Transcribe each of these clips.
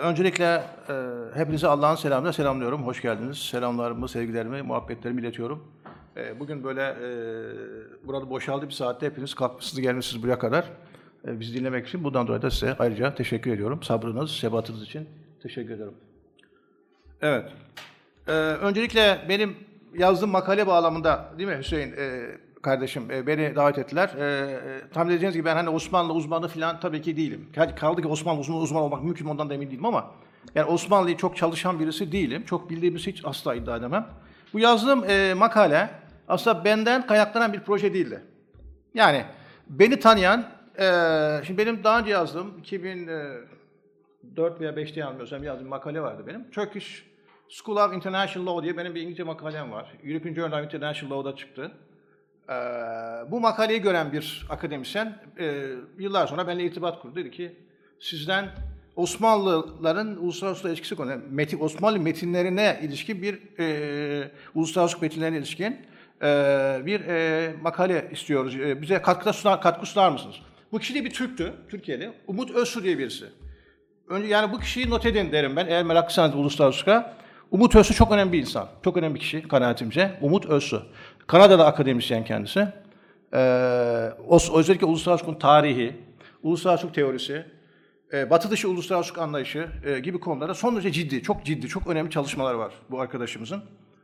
Öncelikle hepinize Allah'ın selamıyla selamlıyorum. Hoş geldiniz. Selamlarımı, sevgilerimi, muhabbetlerimi iletiyorum. Bugün böyle burada boşaldı bir saatte hepiniz kalkmışsınız, gelmişsiniz buraya kadar. Bizi dinlemek için. Bundan dolayı da size ayrıca teşekkür ediyorum. Sabrınız, sebatınız için teşekkür ederim. Evet. Öncelikle benim yazdığım makale bağlamında, değil mi Hüseyin kardeşim, beni davet ettiler. Tahmin edeceğiniz gibi ben hani Osmanlı uzmanı falan tabii ki değilim. Kaldı ki Osmanlı uzman olmak mümkün, ondan da emin değilim ama yani Osmanlı'yı çok çalışan birisi değilim. Çok bildiğimizi hiç asla iddia edemem. Bu yazdığım makale aslında benden kaynaklanan bir proje değildi. Yani beni tanıyan, şimdi benim daha önce yazdığım 2004 veya 5'te yanılmıyorsam yazdığım bir makale vardı benim. Turkish School of International Law diye benim bir İngilizce makalem var. European Journal of International Law'da çıktı. Bu makaleyi gören bir akademisyen yıllar sonra benimle irtibat kurdu. Dedi ki sizden Osmanlıların uluslararası ilişkisi konu, Osmanlı metinlerine ilişkin bir uluslararası metinlerine ilişkin bir makale istiyoruz. Bize katkı sunar mısınız? Bu kişi de bir Türktü, Türkiye'li. Umut Özsu diye birisi. Önce yani bu kişiyi not edin derim ben eğer meraklıysanız uluslararası. Umut Özsu çok önemli bir insan. Çok önemli bir kişi kanaatimce. Umut Özsu. Kanada'da akademisyen kendisi. Özellikle uluslararası hukuk tarihi, uluslararası hukuk teorisi, batı dışı uluslararası hukuk anlayışı gibi konularda son derece ciddi, çok önemli çalışmalar var bu arkadaşımızın.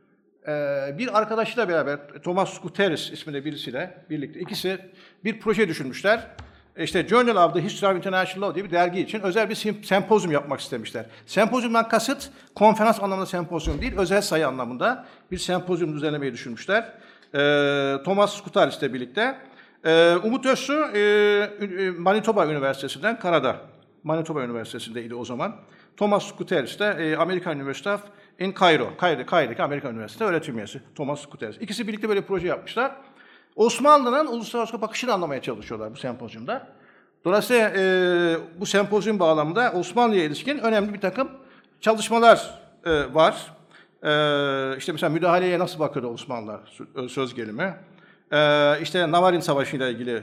Bir arkadaşıyla beraber, Thomas Guterres isminde birisiyle birlikte ikisi bir proje düşünmüşler. İşte Journal of the History of International Law diye bir dergi için özel bir sempozyum yapmak istemişler. Sempozyumdan kasıt konferans anlamında sempozyum değil, özel sayı anlamında bir sempozyum düzenlemeyi düşünmüşler. Thomas Guterres'le birlikte. Umut Özsu, Manitoba Üniversitesi'nden, Kanada. Manitoba Üniversitesi'ndeydi o zaman. Thomas Guterres de American University of in Cairo'daki Amerikan Üniversitesi öğretim üyesi Thomas Guterres. İkisi birlikte böyle bir proje yapmışlar. Osmanlı'nın uluslararası bakışını anlamaya çalışıyorlar bu sempozyumda. Dolayısıyla bu sempozyum bağlamında Osmanlı'ya ilişkin önemli bir takım çalışmalar var. İşte mesela müdahaleye nasıl bakıyordu Osmanlılar söz gelimi. İşte Navarin Savaşı ile ilgili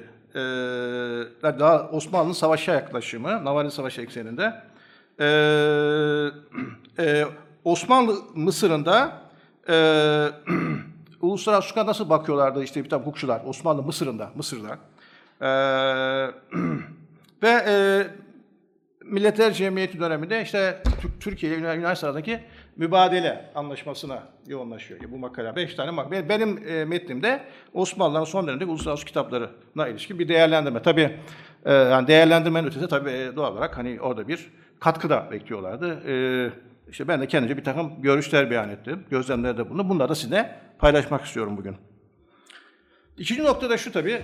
daha Osmanlı'nın savaşa yaklaşımı, Navarin Savaşı ekseninde. Osmanlı Mısır'ında uluslararası hukuka nasıl bakıyorlardı işte bir takım hukukçular Osmanlı Mısır'da. Ve Milletler Cemiyeti döneminde işte Türkiye ile Yunanistan arasındaki mübadele anlaşmasına yoğunlaşıyor. Bu makale 5 tane makale. Benim metnimde Osmanlıların son dönemdeki uluslararası kitaplarına ilişkin bir değerlendirme. Tabii yani değerlendirmenin ötesi tabii doğal olarak hani orada bir katkı da bekliyorlardı. İşte ben de kendince bir takım görüşler beyan ettim. Gözlemlerde bulundum. Bunları da sizinle paylaşmak istiyorum bugün. İkinci nokta da şu tabii.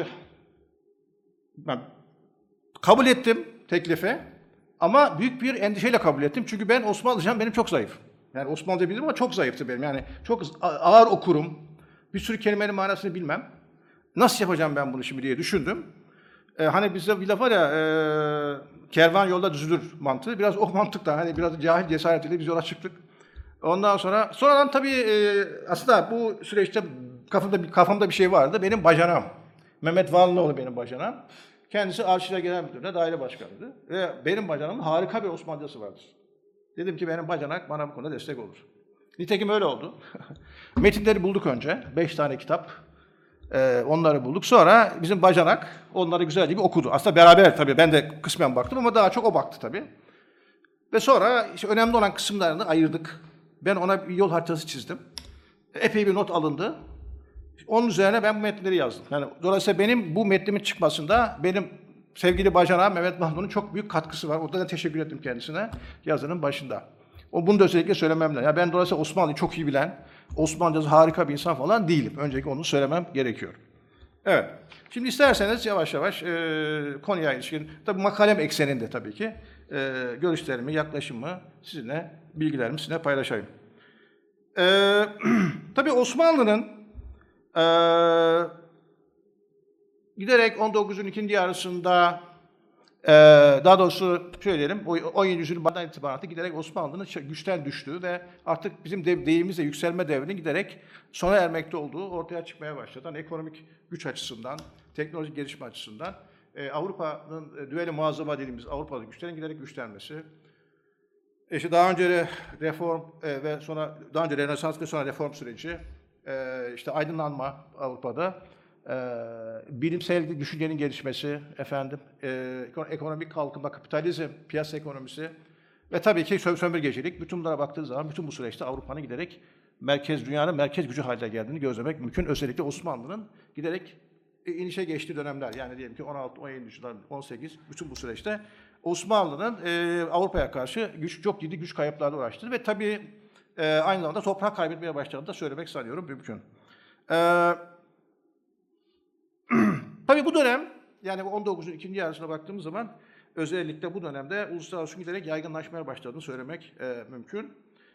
Ben kabul ettim teklifi ama büyük bir endişeyle kabul ettim. Çünkü ben Osmanlıcam benim çok zayıf. Yani Osmanlıca bilirim ama çok zayıftı benim. Yani çok ağır okurum. Bir sürü kelimenin manasını bilmem. Nasıl yapacağım ben bunu şimdi diye düşündüm. Hani bizde bir laf var ya, kervan yolda düzülür mantığı. Biraz o mantıkla, hani biraz cahil cesaretiyle biz yola çıktık. Ondan sonradan tabii aslında bu süreçte kafamda bir şey vardı. Benim bacanam, Mehmet Vanlıoğlu benim bacanam. Kendisi Arşivler Genel Müdürlüğü'nde daire başkanıydı. Ve benim bacanamın harika bir Osmanlıcası vardır. Dedim ki benim bacanak bana bu konuda destek olur. Nitekim öyle oldu. Metinleri bulduk önce. 5 tane kitap. Onları bulduk. Sonra bizim bacanak onları güzelce bir okudu. Aslında beraber tabii ben de kısmen baktım ama daha çok o baktı tabii. Ve sonra işte önemli olan kısımlarını ayırdık. Ben ona bir yol haritası çizdim. Epey bir not alındı. Onun üzerine ben bu metinleri yazdım. Yani dolayısıyla benim bu metnimin çıkmasında benim sevgili bacanağım Mehmet Mahmut'un çok büyük katkısı var. Orada da teşekkür ettim kendisine yazının başında. Bunu da özellikle söylemem lazım. Yani ben dolayısıyla Osmanlı'yı çok iyi bilen, Osmanlıcası harika bir insan falan değilim. Öncelikle onu söylemem gerekiyor. Evet. Şimdi isterseniz yavaş yavaş konuya ilişkin, tabii makalem ekseninde tabii ki görüşlerimi, yaklaşımımı sizinle, bilgilerimi sizinle paylaşayım. Tabii Osmanlı'nın giderek 19. ikinci yarısında daha doğrusu söyleyelim 17. yüzyılın başından itibaren giderek Osmanlı'nın güçten düştüğü ve artık bizim deyimimizle yükselme devrinin giderek sona ermekte olduğu ortaya çıkmaya başladı. Yani ekonomik güç açısından, teknolojik gelişme açısından Avrupa'nın düeli muazzama dediğimiz Avrupa'da güçlerin giderek güçlenmesi, İşte daha önce reform ve sonra daha önce Rönesans ve sonra reform süreci, işte aydınlanma Avrupa'da, bilimsel düşüncenin gelişmesi, efendim, ekonomik kalkınma, kapitalizm, piyasa ekonomisi ve tabii ki sömürgecilik. Bütün bunlara baktığı zaman bütün bu süreçte Avrupa'nın giderek dünyanın merkez gücü haline geldiğini gözlemek mümkün. Özellikle Osmanlı'nın giderek inişe geçtiği dönemler, yani diyelim ki 16, 17, 18, bütün bu süreçte Osmanlı'nın Avrupa'ya karşı çok ciddi güç kayıplarına uğraştı ve tabii aynı zamanda toprak kaybetmeye başladığını da söylemek sanıyorum mümkün. Tabii bu dönem, yani 19'un ikinci yarısına baktığımız zaman özellikle bu dönemde uluslararası giderek yaygınlaşmaya başladığını söylemek mümkün.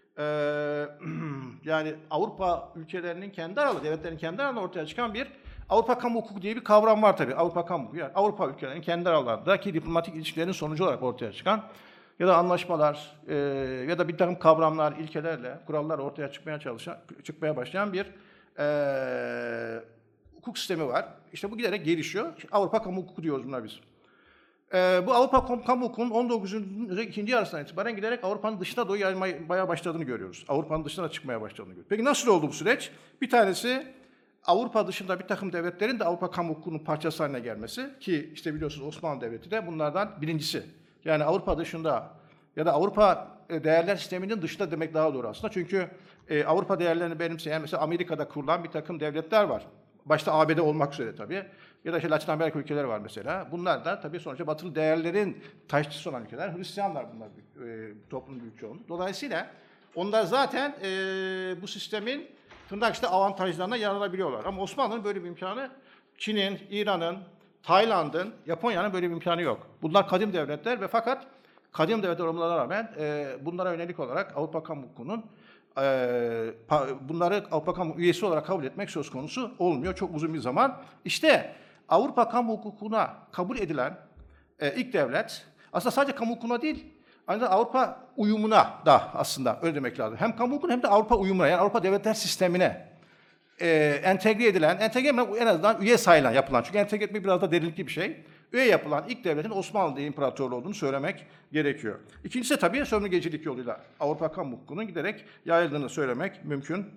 Yani Avrupa ülkelerinin kendi aralarında, devletlerin kendi aralarında ortaya çıkan bir Avrupa Kamu Hukuku diye bir kavram var tabii. Avrupa Kamu Hukuku, yani Avrupa ülkelerinin kendi aralarındaki diplomatik ilişkilerin sonucu olarak ortaya çıkan ya da anlaşmalar ya da bir takım kavramlar, ilkelerle, kurallar ortaya çıkmaya başlayan bir hukuk sistemi var. İşte bu giderek gelişiyor. Avrupa Kamu Hukuku diyoruz buna biz. Bu Avrupa Kamu Hukuku'nun 19'un ikinci yarısından itibaren giderek Avrupa'nın dışına doğru yaymaya başladığını görüyoruz. Avrupa'nın dışına çıkmaya başladığını görüyoruz. Peki nasıl oldu bu süreç? Bir tanesi Avrupa dışında bir takım devletlerin de Avrupa Kamu Hukuku'nun parçası haline gelmesi, ki işte biliyorsunuz Osmanlı Devleti de bunlardan birincisi. Yani Avrupa dışında ya da Avrupa değerler sisteminin dışında demek daha doğru aslında. Çünkü Avrupa değerlerini benimseyen, mesela Amerika'da kurulan bir takım devletler var. Başta ABD olmak üzere tabii. Ya da işte Latin Amerika ülkeleri var mesela. Bunlar da tabii sonuçta batılı değerlerin taşçısı olan ülkeler. Hristiyanlar bunlar, toplumun büyük çoğunluğu. Dolayısıyla onlar zaten bu sistemin tırnak içinde avantajlarına yararlanabiliyorlar. Ama Osmanlı'nın böyle bir imkanı, Çin'in, İran'ın, Tayland'ın, Japonya'nın böyle bir imkanı yok. Bunlar kadim devletler ve fakat kadim devletler olmalarına rağmen bunlara yönelik olarak Avrupa Kamu Hukuku'nun bunları Avrupa Kamu üyesi olarak kabul etmek söz konusu olmuyor çok uzun bir zaman. İşte Avrupa Kamu Hukuku'na kabul edilen ilk devlet aslında sadece kamu hukukuna değil, aynı zamanda Avrupa uyumuna da aslında öyle demek lazım. Hem kamu hukukuna hem de Avrupa uyumuna, yani Avrupa devletler sistemine entegre edilen, en azından üye sayılan, yapılan. Çünkü entegre etmek biraz da derinlikli bir şey. Üye yapılan ilk devletin Osmanlı İmparatorluğu olduğunu söylemek gerekiyor. İkincisi tabii sömürgecilik yoluyla Avrupa Kamu Hukuku'nun giderek yayıldığını söylemek mümkün.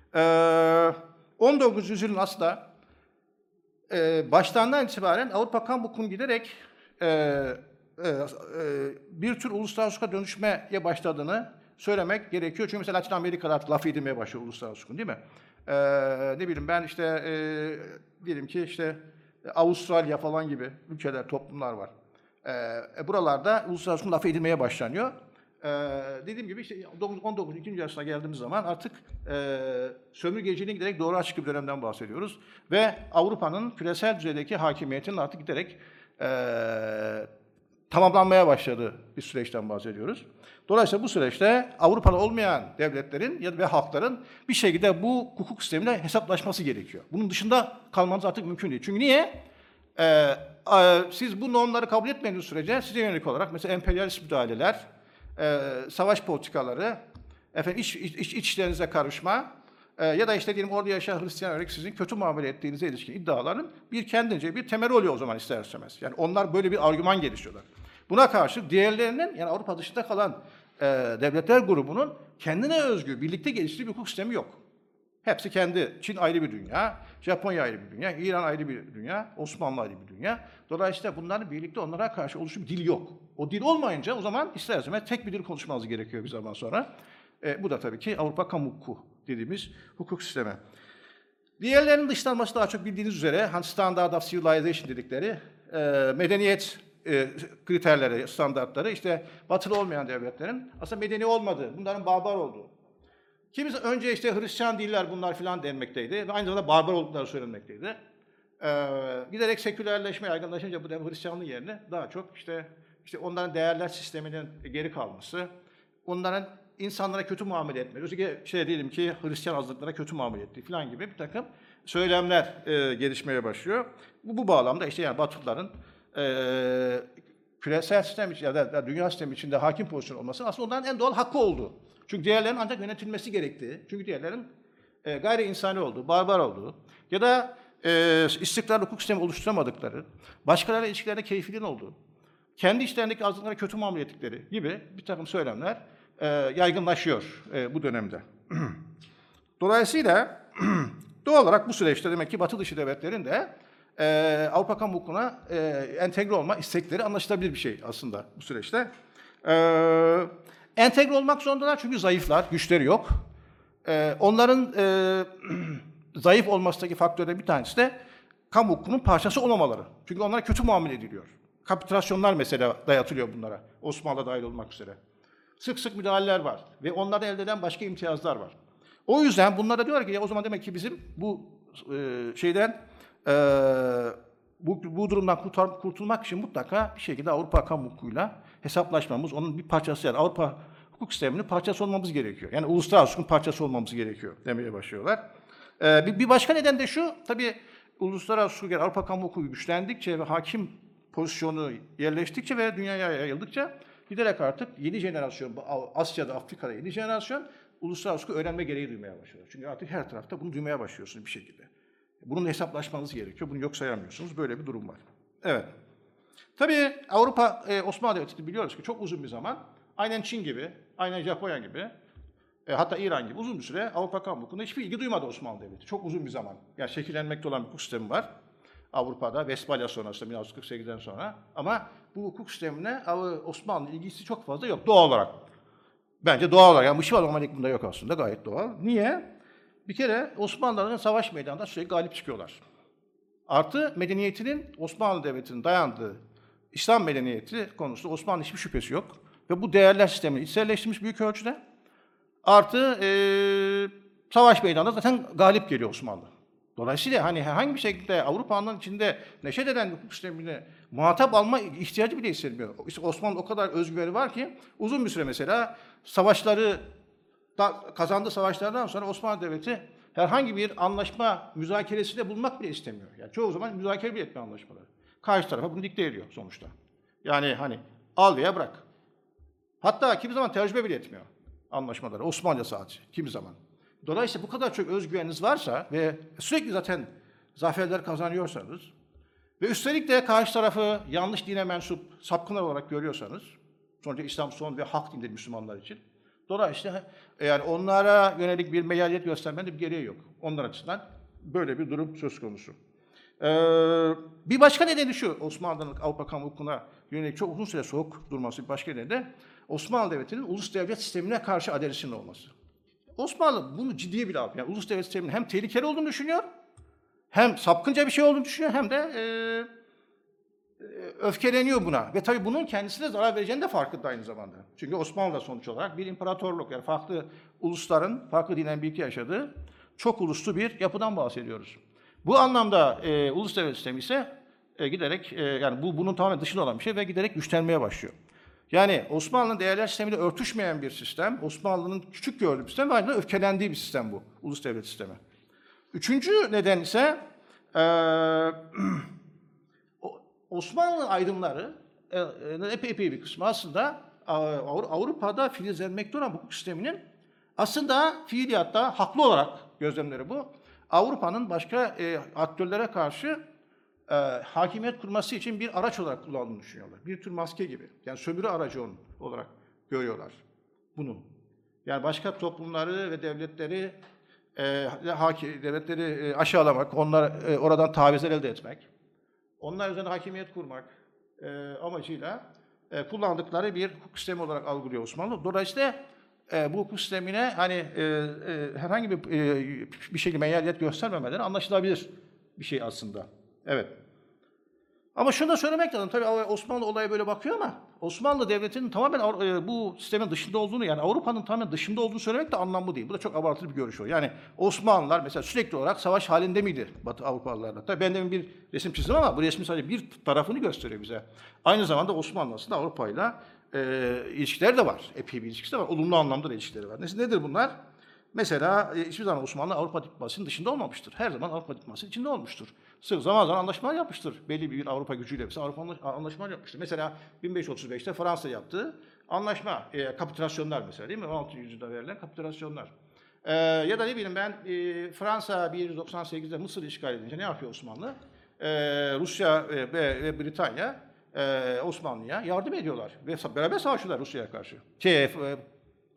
19. yüzyılın aslında başlarından itibaren Avrupa Kamu Hukuku'nun giderek bir tür uluslararası hukuka dönüşmeye başladığını söylemek gerekiyor. Çünkü mesela Latin Amerika'da artık laf edilmeye başlıyor uluslararası hukukun, değil mi? Ne bileyim ben işte diyelim ki işte Avustralya falan gibi ülkeler, toplumlar var. Buralarda uluslararası hukuk laf edilmeye başlanıyor. Dediğim gibi işte 19. ikinci yaşına geldiğimiz zaman artık sömürgeciliğin giderek doğru açık bir dönemden bahsediyoruz. Ve Avrupa'nın küresel düzeydeki hakimiyetinin artık giderek tamamlanmaya başladığı bir süreçten bahsediyoruz. Dolayısıyla bu süreçte Avrupa'da olmayan devletlerin ve halkların bir şekilde bu hukuk sistemiyle hesaplaşması gerekiyor. Bunun dışında kalmanız artık mümkün değil. Çünkü niye? Siz bu normları kabul etmediğiniz sürece size yönelik olarak mesela emperyalist müdahaleler, savaş politikaları, iç işlerinize karışma ya da işte diyelim orada yaşayan Hristiyan olarak sizin kötü muamele ettiğinize ilişkin iddiaların kendince bir temeli oluyor o zaman ister istemez. Yani onlar böyle bir argüman geliştiriyorlar. Buna karşı diğerlerinin, yani Avrupa dışında kalan devletler grubunun kendine özgü, birlikte geliştirdiği bir hukuk sistemi yok. Hepsi kendi. Çin ayrı bir dünya, Japonya ayrı bir dünya, İran ayrı bir dünya, Osmanlı ayrı bir dünya. Dolayısıyla bunların birlikte onlara karşı oluşan bir dil yok. O dil olmayınca o zaman ister istemez tek bir dil konuşmanız gerekiyor bir zaman sonra. Bu da tabii ki Avrupa Kamu Hukuku dediğimiz hukuk sistemi. Diğerlerinin dışlanması daha çok bildiğiniz üzere Standard of Civilization dedikleri medeniyet kriterleri, standartları, işte batılı olmayan devletlerin aslında medeni olmadığı, bunların barbar olduğu. Kimisi önce işte Hristiyan diller bunlar filan denmekteydi ve aynı zamanda barbar oldukları söylenmekteydi. Giderek sekülerleşme yaygınlaşınca bu Hristiyanlık yerine daha çok işte onların değerler sisteminin geri kalması, onların insanlara kötü muamele etmesi, özellikle diyelim ki Hristiyan azınlıklara kötü muamele ettiği filan gibi bir takım söylemler gelişmeye başlıyor. Bu bağlamda işte yani Batılıların küresel sistem için ya da dünya sistemi içinde hakim pozisyon olması aslında onların en doğal hakkı oldu. Çünkü diğerlerinin ancak yönetilmesi gerektiği, çünkü diğerlerin gayri insani olduğu, barbar olduğu ya da istikrarlı hukuk sistemi oluşturamadıkları, başkalarıyla ilişkilerinde keyfiliğin olduğu, kendi içlerindeki azınlıklara kötü muamele ettikleri gibi bir takım söylemler yaygınlaşıyor bu dönemde. Dolayısıyla doğal olarak bu süreçte demek ki Batı dışı devletlerin de Avrupa kamu hukukuna entegre olma istekleri anlaşılabilir bir şey aslında bu süreçte. Entegre olmak zorundalar çünkü zayıflar, güçleri yok. Onların zayıf olmasındaki faktörden bir tanesi de kamu hukukunun parçası olmamaları. Çünkü onlara kötü muamele ediliyor. Kapitülasyonlar mesela dayatılıyor bunlara, Osmanlı dahil olmak üzere. Sık sık müdahaleler var ve onlardan elde edilen başka imtiyazlar var. O yüzden bunlara diyor ki ya o zaman demek ki bizim bu bu durumdan kurtulmak için mutlaka bir şekilde Avrupa kamu hukukuyla hesaplaşmamız, onun bir parçası yani Avrupa hukuk sisteminin parçası olmamız gerekiyor. Yani uluslararası hukukun parçası olmamız gerekiyor demeye başlıyorlar. Bir başka neden de şu, tabii uluslararası hukuk, yani Avrupa kamu hukuku güçlendikçe ve hakim pozisyonu yerleştikçe ve dünyaya yayıldıkça giderek artık yeni jenerasyon, Asya'da, Afrika'da yeni jenerasyon uluslararası hukuk öğrenme gereği duymaya başlıyor. Çünkü artık her tarafta bunu duymaya başlıyorsunuz bir şekilde. Bunun hesaplaşmanız gerekiyor. Bunu yok sayamıyorsunuz. Böyle bir durum var. Evet. Tabii Avrupa, Osmanlı Devleti biliyoruz ki çok uzun bir zaman, aynen Çin gibi, aynen Japonya gibi, hatta İran gibi uzun bir süre Avrupa kamu hukukuna hiçbir ilgi duymadı Osmanlı Devleti. Çok uzun bir zaman. Yani şekillenmekte olan bir hukuk sistemi var. Avrupa'da, Westfalia sonrasında 1948'den sonra. Ama bu hukuk sistemine Osmanlı ilgisi çok fazla yok doğal olarak. Bence doğal olarak. Yani bir şey var ama bunda yok aslında. Gayet doğal. Niye? Bir kere Osmanlıların savaş meydanında sürekli galip çıkıyorlar. Artı medeniyetinin, Osmanlı Devleti'nin dayandığı İslam medeniyeti konusunda Osmanlı hiçbir şüphesi yok. Ve bu değerler sistemini içselleştirmiş büyük ölçüde. Artı savaş meydanında zaten galip geliyor Osmanlı. Dolayısıyla hani herhangi bir şekilde Avrupa'nın içinde neşet eden bir hukuk sistemini muhatap alma ihtiyacı bile hissetmiyor. İşte Osmanlı o kadar özgüveni var ki uzun bir süre mesela savaşları kazandığı savaşlardan sonra Osmanlı Devleti herhangi bir anlaşma müzakeresinde bulunmak bile istemiyor. Yani çoğu zaman müzakere bile etmiyor anlaşmaları. Karşı tarafa bunu dikte ediyor sonuçta. Yani hani al veya bırak. Hatta kimi zaman tercüme bile etmiyor anlaşmaları. Osmanlıca sadece kimi zaman. Dolayısıyla bu kadar çok özgüveniniz varsa ve sürekli zaten zaferler kazanıyorsanız ve üstelik de karşı tarafı yanlış dine mensup sapkınlar olarak görüyorsanız, sonuçta İslam son ve hak dindir Müslümanlar için. Dolayısıyla yani onlara yönelik bir meyaliyet göstermenin bir gereği yok. Onlar açısından böyle bir durum söz konusu. Bir başka nedeni şu, Osmanlı'nın Avrupa kamu hukukuna yönelik çok uzun süre soğuk durması bir başka nedeni de Osmanlı Devleti'nin ulus devlet sistemine karşı adalesinin olması. Osmanlı bunu ciddiye bile almıyor. Yani ulus devlet sisteminin hem tehlikeli olduğunu düşünüyor, hem sapkınca bir şey olduğunu düşünüyor, hem de öfkeleniyor buna. Ve tabii bunun kendisine zarar vereceğini de farkında aynı zamanda. Çünkü Osmanlı da sonuç olarak bir imparatorluk, yani farklı ulusların, farklı dinen birlikte yaşadığı çok uluslu bir yapıdan bahsediyoruz. Bu anlamda ulus devlet sistemi ise giderek, yani bunun tamamen dışında olan bir şey ve giderek güçlenmeye başlıyor. Yani Osmanlı'nın değerler sistemiyle örtüşmeyen bir sistem, Osmanlı'nın küçük gördüğü bir sistem ve ayrıca öfkelendiği bir sistem bu, ulus devlet sistemi. Üçüncü neden ise Osmanlı aydınları, epey bir kısmı aslında Avrupa'da filizlenmekte olan bu hukuk sisteminin aslında fiiliyatta haklı olarak gözlemleri bu. Avrupa'nın başka aktörlere karşı hakimiyet kurması için bir araç olarak kullandığını düşünüyorlar. Bir tür maske gibi. Yani sömürü aracı olarak görüyorlar bunu. Yani başka toplumları ve devletleri aşağılamak, oradan tavizler elde etmek, onlar üzerine hakimiyet kurmak amacıyla kullandıkları bir hukuk sistemi olarak algılıyor Osmanlı. Dolayısıyla bu hukuk sistemine hani herhangi bir şekilde meyaliyet göstermemeden anlaşılabilir bir şey aslında. Evet. Ama şunu da söylemek lazım. Tabii Osmanlı olaya böyle bakıyor ama Osmanlı Devleti'nin tamamen bu sistemin dışında olduğunu, yani Avrupa'nın tamamen dışında olduğunu söylemek de anlamlı değil. Bu da çok abartılı bir görüş o. Yani Osmanlılar mesela sürekli olarak savaş halinde miydi Batı Avrupalılarla? Tabii ben demin bir resim çizdim ama bu resmin sadece bir tarafını gösteriyor bize. Aynı zamanda Osmanlı aslında Avrupa'yla ilişkileri de var. Epey bir ilişkisi de var. Olumlu anlamda da ilişkileri var. Nedir bunlar? Mesela hiçbir zaman Osmanlı Avrupa diplomasisinin dışında olmamıştır. Her zaman Avrupa diplomasisinin içinde olmuştur. Sırf zaman zaman anlaşmalar yapmıştır. Belli bir Avrupa gücüyle mesela Avrupa anlaşmalar yapmıştır. Mesela 1535'te Fransa yaptığı anlaşma, kapitülasyonlar mesela değil mi? 16. yüzyılda verilen kapitülasyonlar. Ya da ne bileyim ben Fransa 1798'de Mısır işgal edince ne yapıyor Osmanlı? Rusya ve Britanya Osmanlı'ya yardım ediyorlar ve beraber savaşıyorlar Rusya'ya karşı.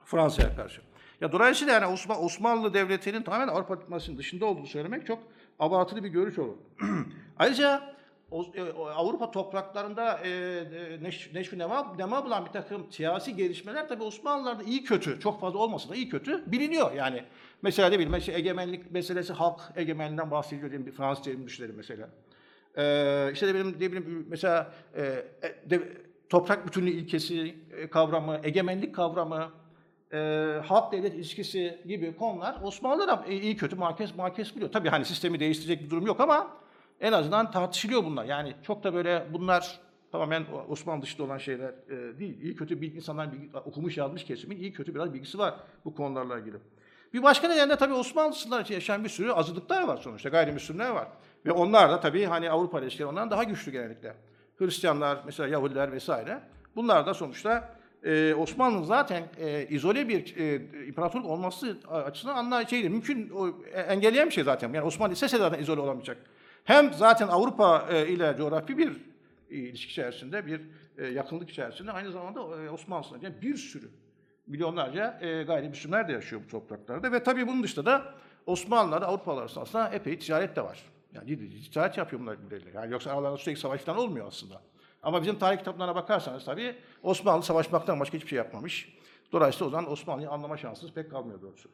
Fransa'ya karşı. Ya dolayısıyla yani Osmanlı Devleti'nin tamamen Avrupa diplomasisinin dışında olduğunu söylemek çok abartılı bir görüş olur. Ayrıca Avrupa topraklarında neşvi nema bulan bir takım siyasi gelişmeler tabii Osmanlılar'da iyi kötü, çok fazla olmasa da iyi kötü biliniyor yani. Mesela ne bileyim, mesela egemenlik meselesi, halk egemenliğinden bahsediyor diyelim, bir Fransız devrim düşünelim mesela. İşte ne bileyim mesela toprak bütünlüğü ilkesi kavramı, egemenlik kavramı, halk devlet ilişkisi gibi konular Osmanlılar iyi kötü makes biliyor. Tabii hani sistemi değiştirecek bir durum yok ama en azından tartışılıyor bunlar. Yani çok da böyle bunlar tamamen Osmanlı dışında olan şeyler değil. İyi kötü insanların okumuş yazmış kesimin iyi kötü biraz bilgisi var bu konularla ilgili. Bir başka neden de tabii Osmanlı sınırları için yaşayan bir sürü azınlıklar var sonuçta. Gayrimüslimler var. Ve onlar da tabii hani Avrupa ilişkileri ondan daha güçlü genellikle. Hristiyanlar, mesela Yahudiler vesaire. Bunlar da sonuçta Osmanlı'nın zaten izole bir imparatorluk olması açısından mümkün engelleyen bir şey zaten. Yani Osmanlı istese zaten izole olamayacak. Hem zaten Avrupa ile coğrafi bir ilişki içerisinde, bir yakınlık içerisinde, aynı zamanda Osmanlı'nın yani bir sürü milyonlarca gayrimüslimler de yaşıyor bu topraklarda. Ve tabii bunun dışında da Osmanlılar Avrupalılar arasında epey ticaret de var. Yani ciddi ticaret yapıyor bunlar birbirleriyle. Yani yoksa aralarında sürekli savaş falan olmuyor aslında. Ama bizim tarih kitaplarına bakarsanız tabii Osmanlı savaşmaktan başka hiçbir şey yapmamış. Dolayısıyla o zaman Osmanlı'yı anlama şansınız pek kalmıyor doğrusu.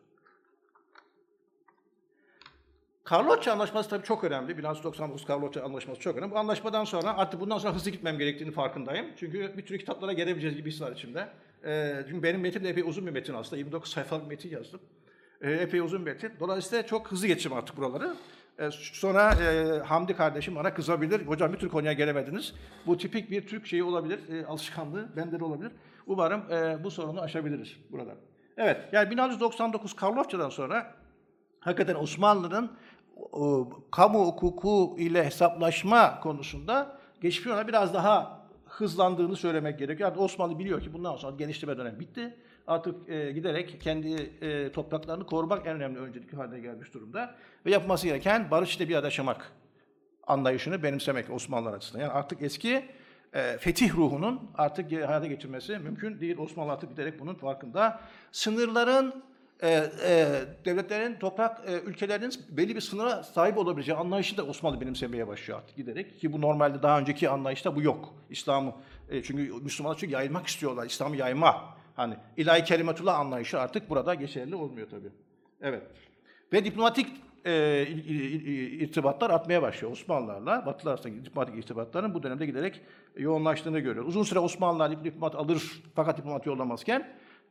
Karlofça Anlaşması tabii çok önemli. 1999 Karlofça Anlaşması çok önemli. Bu anlaşmadan sonra artık bundan sonra hızlı gitmem gerektiğini farkındayım. Çünkü bir tür kitaplara gelebileceğiz gibi his var içimde. Çünkü benim metin de epey uzun bir metin aslında. 29 sayfalık bir metin yazdım. Epey uzun bir metin. Dolayısıyla çok hızlı geçeceğim artık buraları. Sonra Hamdi kardeşim bana kızabilir. Hocam bir tür konuya gelemediniz. Bu tipik bir Türk şeyi olabilir. Alışkanlığı bende de olabilir. Umarım bu sorunu aşabiliriz burada. Evet, yani 1999 Karlofça'dan sonra hakikaten Osmanlı'nın kamu hukuku ile hesaplaşma konusunda geçmiş ona biraz daha hızlandığını söylemek gerekiyor. Yani Osmanlı biliyor ki bundan sonra genişleme dönemi bitti. Artık giderek kendi topraklarını korumak en önemli öncelik haline gelmiş durumda. Ve yapması gereken barış ile bir arada yaşamak anlayışını benimsemek Osmanlılar açısından. Yani artık eski fetih ruhunun artık hayata geçirmesi mümkün değil. Osmanlı artık giderek bunun farkında. Sınırların devletlerin, ülkelerin belli bir sınıra sahip olabileceği anlayışı da Osmanlı benimsemeye başlıyor artık giderek. Ki bu normalde daha önceki anlayışta bu yok. İslam'ı, çünkü Müslümanlar çünkü yaymak istiyorlar, İslam'ı yayma. Hani ilahi kelimetullah anlayışı artık burada geçerli olmuyor tabii. Evet. Ve diplomatik irtibatlar artmaya başlıyor Osmanlılarla. Batılılar arasındaki diplomatik irtibatların bu dönemde giderek yoğunlaştığını görüyoruz. Uzun süre Osmanlılar diplomat alır fakat diplomat yollamazken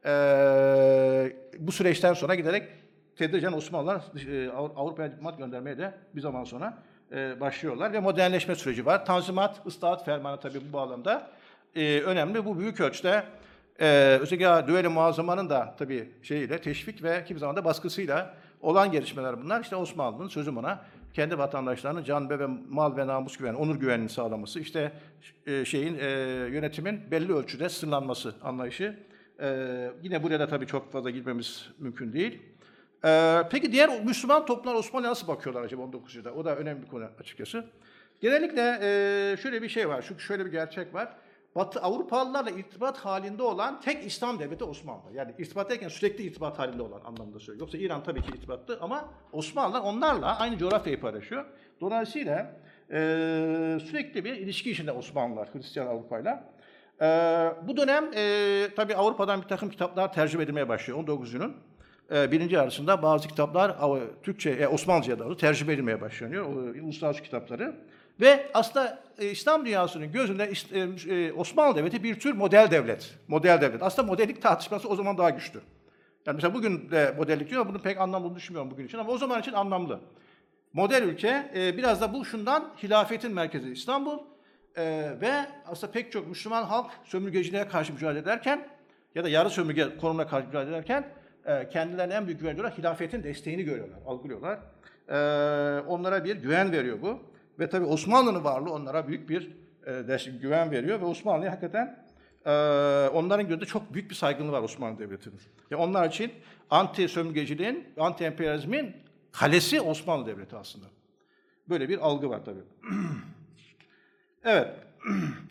bu süreçten sonra giderek tedricen Osmanlılar Avrupa'ya diplomat göndermeye de bir zaman sonra başlıyorlar ve modernleşme süreci var. Tanzimat, ıslahat fermanı tabii bu bağlamda önemli. Bu büyük ölçüde özellikle Düvel-i Muazzama'nın da tabii teşvik ve kimi zaman da baskısıyla olan gelişmeler bunlar. İşte Osmanlı'nın sözüm ona kendi vatandaşlarının can ve mal ve namus güveni, onur güvenini sağlaması, işte yönetimin belli ölçüde sınırlanması anlayışı. Yine buraya da tabii çok fazla girmemiz mümkün değil. Peki diğer Müslüman toplumlar Osmanlı'ya nasıl bakıyorlar acaba 19. yüzyılda? O da önemli bir konu açıkçası. Genellikle şöyle bir şey var, şöyle bir gerçek var. Batı Avrupalılarla irtibat halinde olan tek İslam devleti Osmanlı. Yani irtibat derken sürekli irtibat halinde olan anlamında söylüyorum. Yoksa İran tabii ki irtibatlı ama Osmanlılar onlarla aynı coğrafyayı paylaşıyor. Dolayısıyla sürekli bir ilişki içinde Osmanlılar, Hristiyan Avrupa'yla. Bu dönem tabii Avrupa'dan bir takım kitaplar tercüme edilmeye başlıyor 19. yüzyılın. Birinci yarısında bazı kitaplar Türkçe, Osmanlıca'ya doğru tercüme edilmeye başlanıyor. Uluslararası kitapları. Ve aslında İslam dünyasının gözünde Osmanlı Devleti bir tür model devlet. Model devlet. Aslında modellik tartışması o zaman daha güçlü. Yani mesela bugün de modellik diyor ama bunun pek anlamlı düşünmüyorum bugün için ama o zaman için anlamlı. Model ülke biraz da bu şundan hilafetin merkezi İstanbul ve aslında pek çok Müslüman halk sömürgeciliğe karşı mücadele ederken ya da yarı sömürge konumuna karşı mücadele ederken kendilerine en büyük güven olarak hilafetin desteğini görüyorlar, algılıyorlar. Onlara bir güven veriyor bu. Ve tabii Osmanlı'nın varlığı onlara büyük bir güven veriyor ve Osmanlı'ya hakikaten onların gözünde çok büyük bir saygınlığı var Osmanlı Devleti'nin. Yani onlar için anti sömürgeciliğin, anti emperyalizmin kalesi Osmanlı Devleti aslında. Böyle bir algı var tabii. Evet.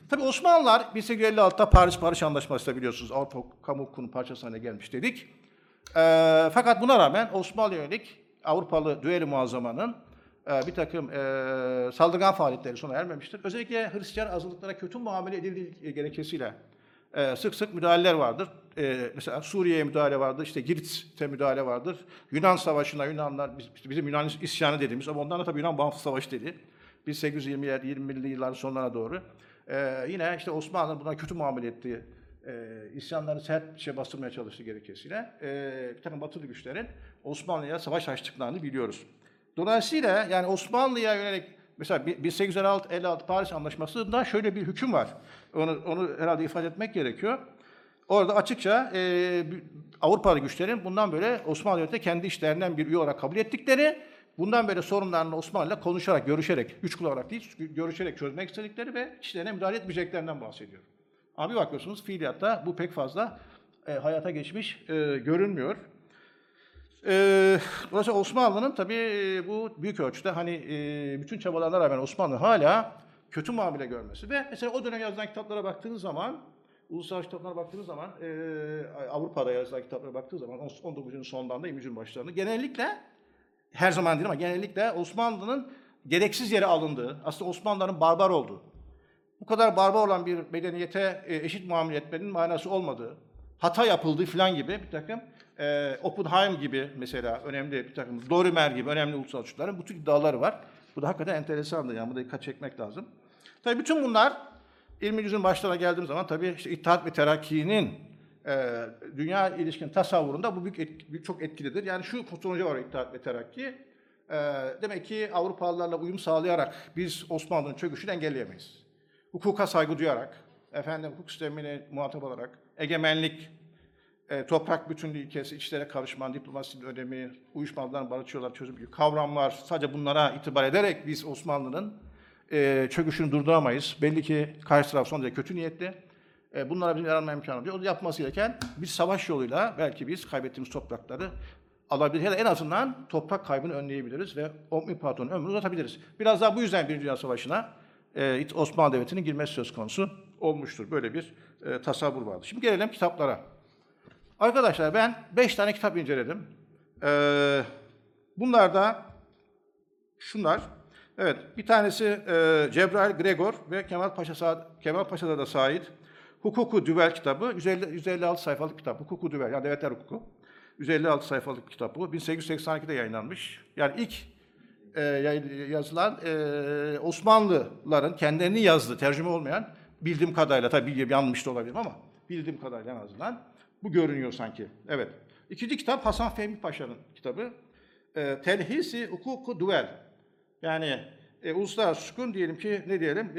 Tabii Osmanlılar 1856'da Paris Anlaşması da biliyorsunuz Avrupa Kamu Hukuku'nun parçası haline gelmiş dedik. Fakat buna rağmen Osmanlı'ya yönelik Avrupalı düel-i muazzamanın bir takım saldırgan faaliyetleri sona ermemiştir. Özellikle Hristiyan azınlıklara kötü muamele edildiği gerekçesiyle sık sık müdahaleler vardır. Mesela Suriye'ye müdahale vardır, işte Girit'e müdahale vardır. Yunan Savaşı'na Yunanlar, bizim Yunan isyanı dediğimiz ama ondan da tabii Yunan Bağımsız Savaşı dedi. 1820'li yılların sonlarına doğru. Yine işte Osmanlı'nın buna kötü muamele ettiği, isyanları sert bir şey bastırmaya çalıştığı gerekçesiyle bir takım batılı güçlerin Osmanlı'ya savaş açtıklarını biliyoruz. Dolayısıyla yani Osmanlı'ya yönelik mesela 1856 Paris Anlaşması'nda şöyle bir hüküm var. Onu herhalde ifade etmek gerekiyor. Orada açıkça Avrupalı güçlerin bundan böyle Osmanlı'yı kendi işlerinden bir üye olarak kabul ettikleri, bundan böyle sorunlarını Osmanlı'yla konuşarak, görüşerek, güç kullanarak değil, görüşerek çözmek istedikleri ve işlerine müdahale etmeyeceklerinden bahsediyor. Ama bir bakıyorsunuz fiiliyatta bu pek fazla hayata geçmiş görünmüyor. Dolayısıyla Osmanlı'nın tabii bu büyük ölçüde hani bütün çabalarına rağmen Osmanlı hala kötü muamele görmesi ve mesela o dönem yazılan kitaplara baktığınız zaman, uluslararası kitaplara baktığınız zaman, Avrupa'da yazılan kitaplara baktığınız zaman 19. sondan da 20. başlarında genellikle her zaman değil ama genellikle Osmanlı'nın gereksiz yere alındığı, aslında Osmanlıların barbar olduğu, bu kadar barbar olan bir medeniyete eşit muamele etmenin manası olmadığı, hata yapıldığı falan gibi bir takım Oppenheim gibi mesela önemli bir takım Dorimer gibi önemli ulusal uçuşların bu tür iddiaları var. Bu da hakikaten enteresandır yani, bu da dikkat çekmek lazım. Tabii bütün bunlar 20. yüzyılın başlarına geldiğim zaman tabii işte İttihat ve Terakki'nin dünya ilişkin tasavvurunda bu çok etkilidir. Yani şu sonucu var İttihat ve Terakki. Demek ki Avrupalılarla uyum sağlayarak biz Osmanlı'nın çöküşünü engelleyemeyiz. Hukuka saygı duyarak, hukuk sistemine muhatap olarak, egemenlik, toprak bütünlüğü ilkesi, içlere karışman, diplomasinin önemi, uyuşmazlıklar, barış yolları, çözüm gibi kavramlar, sadece bunlara itibar ederek biz Osmanlı'nın çöküşünü durduramayız. Belli ki karşı taraf son derece kötü niyetli. Bunlara bizim yaranma imkanı diyor. O yapması gereken bir savaş yoluyla belki biz kaybettiğimiz toprakları alabilir ya da en azından toprak kaybını önleyebiliriz ve İmparatorluğun ömrünü uzatabiliriz. Biraz daha bu yüzden Birinci Dünya Savaşı'na Osmanlı Devleti'nin girmesi söz konusu olmuştur. Böyle bir tasavvur vardı. Şimdi gelelim kitaplara. Arkadaşlar ben 5 tane kitap inceledim. Bunlar da şunlar. Evet, bir tanesi Cebrail Gregor ve Kemal Paşa'da da Said. Hukuku Düvel kitabı, 156 sayfalık kitap. Hukuku Düvel, yani devletler hukuku. 156 sayfalık bir kitap bu. 1882'de yayınlanmış. Yani ilk yazılan Osmanlıların kendilerini yazdığı, tercüme olmayan, bildiğim kadarıyla, tabii yanlış da olabilirim ama bildiğim kadarıyla en azından bu görünüyor sanki. Evet. İkinci kitap Hasan Fehmi Paşa'nın kitabı. Telhis-i Hukuku Düvel. Yani uluslararası hukukun diyelim ki ne diyelim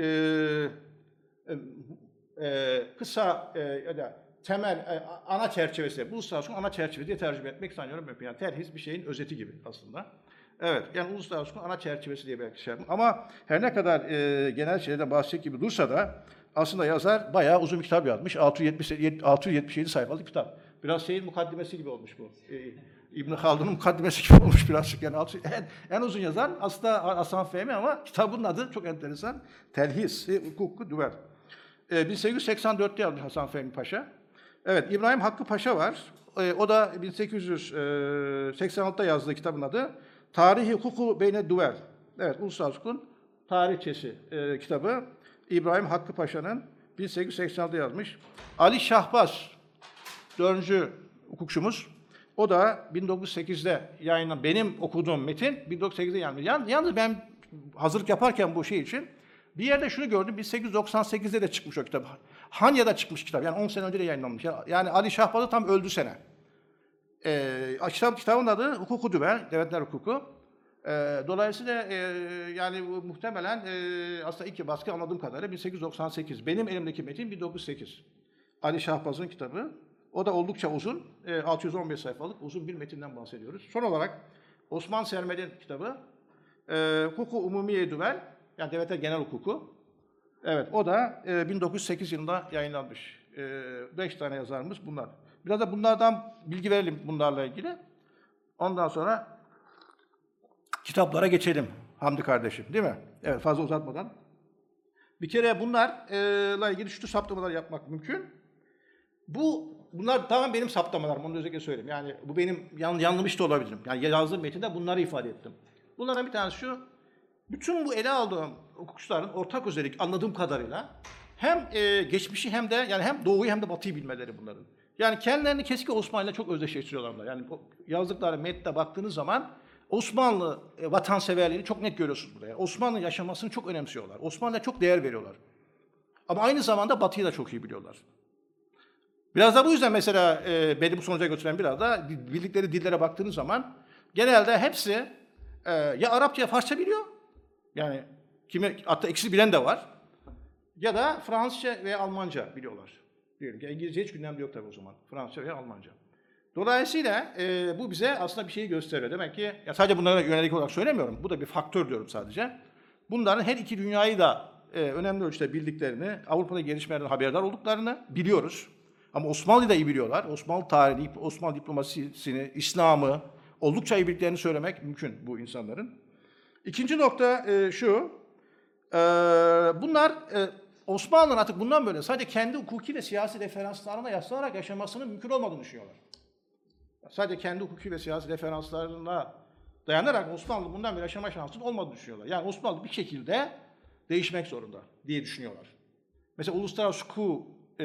kısa ya da temel ana çerçevesi, bu uluslararası hukukun ana çerçevesi diye tercüme etmek sanıyorum. Yani terhis bir şeyin özeti gibi aslında. Evet, yani uluslararası hukukun ana çerçevesi diye belki şey yapayım. Ama her ne kadar genel şeylerden bahsedecek gibi dursa da aslında yazar bayağı uzun bir kitap yazmış. 677 sayfalık kitap. Biraz şeyin mukaddimesi gibi olmuş bu. İbn Haldun'un mukaddimesi gibi olmuş birazcık. Yani en uzun yazan aslında Hasan Fehmi ama kitabın adı çok enteresan. Telhis Hukuku Düvel. 1884'te yazmış Hasan Fehmi Paşa. Evet, İbrahim Hakkı Paşa var. O da 1886'da yazdığı kitabın adı Tarihi Hukuku Beyne Düvel. Evet, Uluslararası Hukukun Tarihçesi kitabı. İbrahim Hakkı Paşa'nın 1886'da yazmış. Ali Şahbaz, 4. hukukçumuz. O da 1908'de yayınlanan, benim okuduğum metin 1908'de yayınlanmış. Yalnız ben hazırlık yaparken bu şey için bir yerde şunu gördüm, 1898'de de çıkmış o kitap. Hanya'da çıkmış kitap, yani 10 sene önce de yayınlanmış. Yani Ali Şahbaz'ı tam öldü sene. Kitabın adı Hukuku Düvel, Devletler Hukuku. Dolayısıyla yani muhtemelen aslında ilk baskı anladığım kadarıyla 1898. Benim elimdeki metin 1908. Ali Şahbaz'ın kitabı. O da oldukça uzun. 615 sayfalık uzun bir metinden bahsediyoruz. Son olarak Osman Sermel'in kitabı Hukuku Umumiye Düvel, yani devletler genel hukuku. Evet, o da 1908 yılında yayınlanmış. 5 tane yazarımız bunlar. Biraz da bunlardan bilgi verelim bunlarla ilgili. Ondan sonra kitaplara geçelim Hamdi kardeşim, değil mi? Evet, fazla uzatmadan. Bir kere bunlarla ilgili şu saptamalar yapmak mümkün. Bunlar tamamen benim saptamalarım, onu özellikle söyleyeyim. Yani bu benim yanılmış da olabilirim. Yani yazdığım metinde bunları ifade ettim. Bunlardan bir tanesi şu, bütün bu ele aldığım hukukçuların ortak özellik anladığım kadarıyla hem geçmişi hem de yani hem doğuyu hem de batıyı bilmeleri bunların. Yani kendilerini keski Osmanlı'yla çok özdeşleştiriyorlar bunlar. Yani yazdıkları metne baktığınız zaman Osmanlı vatanseverliğini çok net görüyorsunuz burada. Yani Osmanlı yaşamasını çok önemsiyorlar. Osmanlı'ya çok değer veriyorlar. Ama aynı zamanda batıyı da çok iyi biliyorlar. Biraz da bu yüzden mesela beni bu sonuca götüren biraz da bildikleri dillere baktığınız zaman genelde hepsi ya Arapça ya Farsça biliyor. Yani hatta ikisi bilen de var. Ya da Fransızca veya Almanca biliyorlar. Diyelim ki İngilizce hiç gündemde yok tabii o zaman. Fransızca veya Almanca. Dolayısıyla bu bize aslında bir şeyi gösteriyor. Demek ki ya sadece bunlara yönelik olarak söylemiyorum. Bu da bir faktör diyorum sadece. Bunların her iki dünyayı da önemli ölçüde bildiklerini, Avrupa'da gelişmelerden haberdar olduklarını biliyoruz. Ama Osmanlı'yı da iyi biliyorlar. Osmanlı tarihini, Osmanlı diplomasisini, İslam'ı oldukça iyi bildiklerini söylemek mümkün bu insanların. İkinci nokta şu, bunlar Osmanlı'nın artık bundan böyle sadece kendi hukuki ve siyasi referanslarına yaslanarak yaşamasının mümkün olmadığını düşünüyorlar. Sadece kendi hukuki ve siyasi referanslarına dayanarak Osmanlı bundan böyle yaşama şansının olmadığını düşünüyorlar. Yani Osmanlı bir şekilde değişmek zorunda diye düşünüyorlar. Mesela uluslararası hukuku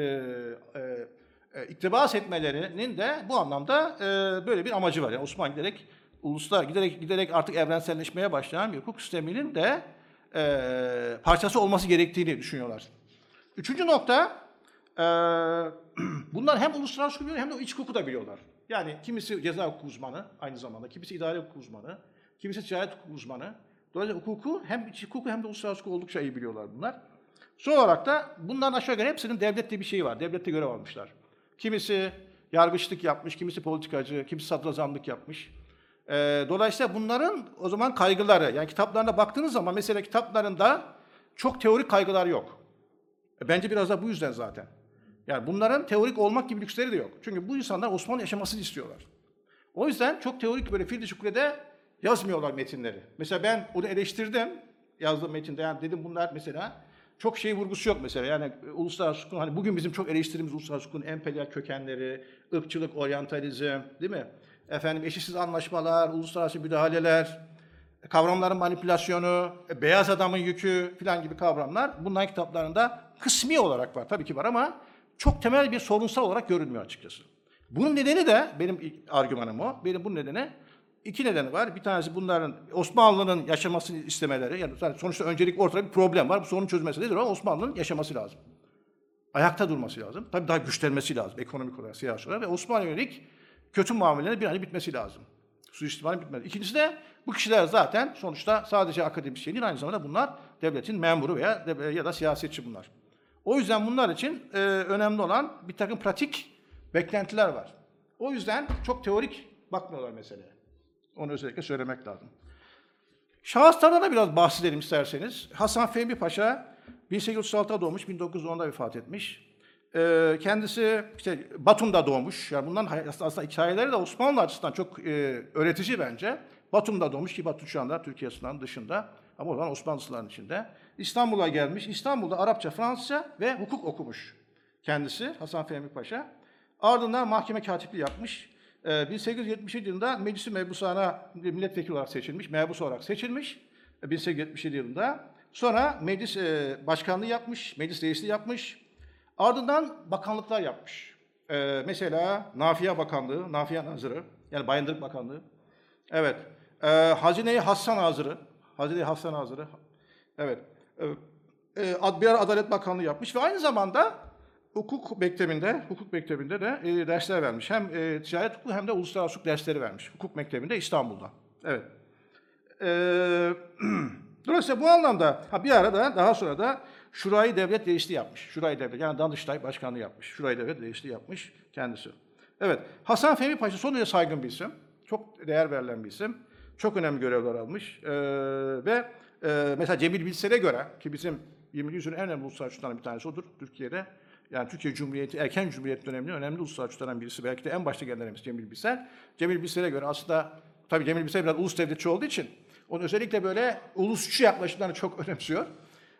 iktibas etmelerinin de bu anlamda böyle bir amacı var. Yani Osmanlı giderek artık evrenselleşmeye başlayan bir hukuk sisteminin de parçası olması gerektiğini düşünüyorlar. Üçüncü nokta, bunlar hem uluslararası hukuku biliyor hem de iç hukuku da biliyorlar. Yani kimisi ceza hukuku uzmanı aynı zamanda, kimisi idare hukuku uzmanı, kimisi ticaret hukuku uzmanı. Dolayısıyla hukuku hem iç hukuku hem de uluslararası hukuku oldukça iyi biliyorlar bunlar. Son olarak da bunların aşağı yukarı hepsinin devlette bir şeyi var. Devlette görev almışlar. Kimisi yargıçlık yapmış, kimisi politikacı, kimisi sadrazamlık yapmış. Dolayısıyla bunların o zaman kaygıları, yani kitaplarına baktığınız zaman mesela kitaplarında çok teorik kaygılar yok. Bence biraz da bu yüzden zaten. Yani bunların teorik olmak gibi lüksleri de yok. Çünkü bu insanlar Osmanlı yaşamasını istiyorlar. O yüzden çok teorik böyle fiil-i şükrede yazmıyorlar metinleri. Mesela ben onu eleştirdim yazdığım metinde. Yani dedim bunlar mesela çok şey vurgusu yok mesela. Yani uluslararası hukukun, hani bugün bizim çok eleştirdiğimiz uluslararası hukukun emperyal kökenleri, ırkçılık, oryantalizm, değil mi? Efendim eşitsiz anlaşmalar, uluslararası müdahaleler, kavramların manipülasyonu, beyaz adamın yükü falan gibi kavramlar bunların kitaplarında kısmi olarak var. Tabii ki var ama çok temel bir sorunsal olarak görünmüyor açıkçası. Bunun nedeni de benim argümanım o. Benim bunun nedeni iki nedeni var. Bir tanesi bunların Osmanlı'nın yaşamasını istemeleri. Yani sonuçta öncelikle ortada bir problem var. Bu sorunun çözmesi nedir? Osmanlı'nın yaşaması lazım. Ayakta durması lazım. Tabii daha güçlenmesi lazım ekonomik olarak, siyasi olarak ve Osmanlı'ya yönelik kötü muamelenin bir an önce bitmesi lazım. Suistimalin bitmesi. İkincisi de bu kişiler zaten sonuçta sadece akademisyen değil, aynı zamanda bunlar devletin memuru ya da siyasetçi bunlar. O yüzden bunlar için önemli olan bir takım pratik beklentiler var. O yüzden çok teorik bakmıyorlar meseleye. Onu özellikle söylemek lazım. Şahıslardan da biraz bahsedelim isterseniz. Hasan Fehmi Paşa 1836'da doğmuş, 1910'da vefat etmiş. Kendisi işte Batum'da doğmuş. Yani bunların aslında hikayeleri de Osmanlı açısından çok öğretici bence. Batum'da doğmuş ki Batum şu anda Türkiye sınırının dışında ama o zaman Osmanlı sınırlarının içinde. İstanbul'a gelmiş. İstanbul'da Arapça, Fransızca ve hukuk okumuş kendisi Hasan Fehmi Paşa. Ardından mahkeme katipliği yapmış. 1877 yılında Meclis-i Mebusan'a milletvekili olarak seçilmiş, mebus olarak seçilmiş 1877 yılında. Sonra meclis başkanlığı yapmış, meclis reisliği yapmış. Ardından bakanlıklar yapmış. Mesela Nafiye Bakanlığı, Nafiye Nazırı, yani Bayındırlık Bakanlığı. Evet. Hazine-i Hassan Nazırı, Hazine-i Hassan Nazırı. Evet. Bir ara Adalet Bakanlığı yapmış ve aynı zamanda hukuk mektebinde de dersler vermiş. Hem ticaret hukuku hem de uluslararası hukuk dersleri vermiş. Hukuk mektebinde İstanbul'da. Evet. Dolayısıyla bu anlamda bir ara da daha sonra da Şurayı Devlet Reisliği yapmış. Şurayı Devlet, yani Danıştay Başkanlığı yapmış. Şurayı Devlet Reisliği yapmış kendisi. Evet. Hasan Fehmi Paşa son derece saygın bir isim. Çok değer verilen bir isim. Çok önemli görevler almış. Ve mesela Cemil Bilser'e göre ki bizim 20. yüzyılın en önemli uluslararası hukukçularından bir tanesi odur Türkiye'de. Yani Türkiye Cumhuriyeti, erken Cumhuriyet döneminin önemli uluslararası hukukçularından birisi. Belki de en başta gelenlerimiz Cemil Bilser. Cemil Bilser'e göre aslında, tabii Cemil Bilser biraz ulus devletçi olduğu için onu özellikle böyle ulusçu yaklaşımlarını çok önemsiyor.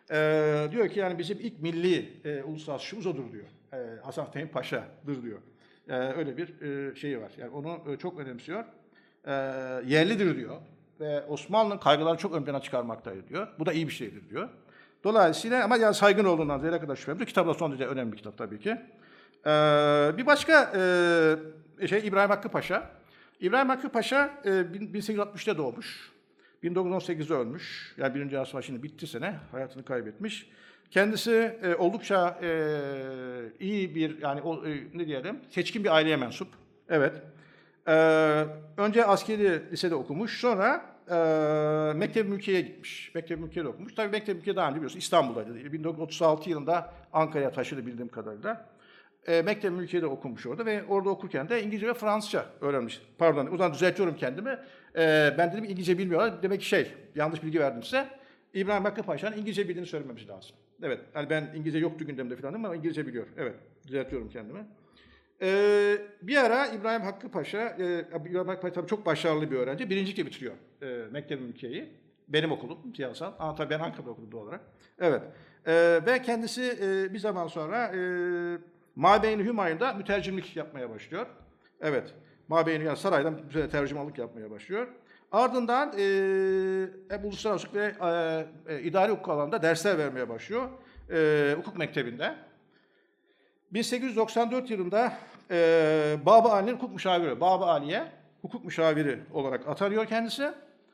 Diyor ki yani bizim ilk milli ulusal suçumuz odur diyor. Hasan Fehmi Paşa'dır diyor. Öyle bir şeyi var. Yani onu çok önemsiyor. Yerlidir diyor. Ve Osmanlı'nın kaygılarını çok ön plana çıkarmaktaydı diyor. Bu da iyi bir şeydir diyor. Dolayısıyla ama yani saygın olduğundan zerre kadar şüphemiz yok. Kitap da son derece önemli bir kitap tabii ki. Bir başka İbrahim Hakkı Paşa. İbrahim Hakkı Paşa 1860'ta doğmuş. 1918'de ölmüş. Yani Birinci Dünya Savaşı'nın bitti sene. Hayatını kaybetmiş. Kendisi oldukça iyi bir, yani ne diyelim, seçkin bir aileye mensup. Evet. Önce askeri lisede okumuş. Sonra Mektep-i Mülkiye'ye gitmiş. Mektep-i Mülkiye'de okumuş. Tabii Mektep-i Mülkiye daha önce biliyorsun İstanbul'daydı. 1936 yılında Ankara'ya taşıdı bildiğim kadarıyla. Mektep-i Mülkiye'de okumuş orada ve orada okurken de İngilizce ve Fransızca öğrenmiş. Pardon, o zaman düzeltiyorum kendimi. Ben dedim İngilizce bilmiyorlar. Demek ki yanlış bilgi verdim size. İbrahim Hakkı Paşa'nın İngilizce bildiğini söylememiz lazım. Evet, yani ben İngilizce yoktu gündemde falan ama İngilizce biliyor. Evet, düzeltiyorum kendimi. Bir ara İbrahim Hakkı Paşa, İbrahim Hakkı Paşa tabii çok başarılı bir öğrenci. Birincilikle bitiriyor Mektep-i Mülkiye'yi. Benim okulum siyasal. Ama tabii ben Ankara'da okudum doğal olarak. Evet. Ve kendisi bir zaman sonra Mabeyni Hümayun'da mütercimlik yapmaya başlıyor. Evet. Mabeyni yani saraydan tercümanlık yapmaya başlıyor. Ardından hep uluslararası hukuk ve idari hukuk alanında dersler vermeye başlıyor. Hukuk mektebinde. 1894 yılında Bab-ı Ali'nin hukuk müşaviri, Bab-ı Ali'ye hukuk müşaviri olarak atanıyor kendisi.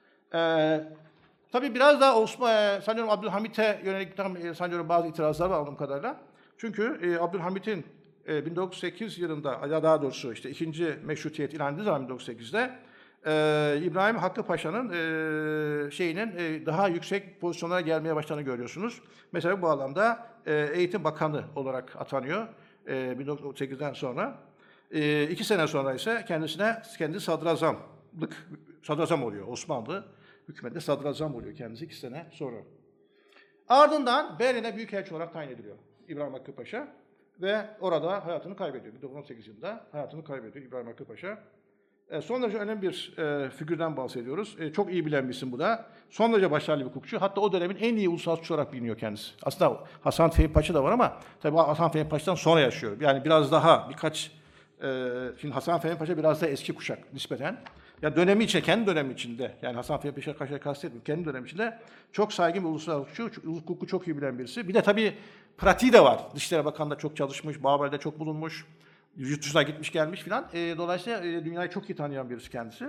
Tabii biraz daha sanıyorum Abdülhamit'e yönelik sanıyorum bazı itirazlar var anladığım kadarıyla. Çünkü Abdülhamit'in 1908 yılında, ya daha doğrusu işte ikinci meşrutiyet ilan edildiği zaman 1908'de İbrahim Hakkı Paşa'nın daha yüksek pozisyonlara gelmeye başladığını görüyorsunuz. Mesela bu alanda Eğitim Bakanı olarak atanıyor 1908'den sonra. 2 sene sonra ise kendi sadrazam oluyor. Osmanlı hükümetinde sadrazam oluyor kendisi 2 sene sonra. Ardından Berlin'e büyükelçi olarak tayin ediliyor İbrahim Hakkı Paşa ve orada hayatını kaybediyor. 1918 yılında hayatını kaybediyor İbrahim Hakkı Paşa. Son derece önemli bir figürden bahsediyoruz. Çok iyi bilen bir isim bu da. Son derece başarılı bir hukukçu. Hatta o dönemin en iyi ulusal hukukçu olarak biliniyor kendisi. Aslında Hasan Fehmi Paşa da var ama tabii Hasan Fehmi Paşa'dan sonra yaşıyor. Yani biraz daha şimdi Hasan Fehmi Paşa biraz daha eski kuşak nispeten. Ya dönemi içinde, kendi dönemi içinde, yani Hasan Fehmi Paşa'yı kastetmiyorum, kendi dönemi içinde çok saygın bir ulusal hukukçu, hukuku çok iyi bilen birisi. Bir de tabii pratiği de var. Dışişleri Bakanı'nda çok çalışmış, Babel'de çok bulunmuş. Yurt dışına gitmiş gelmiş filan. Dolayısıyla dünyayı çok iyi tanıyan birisi kendisi.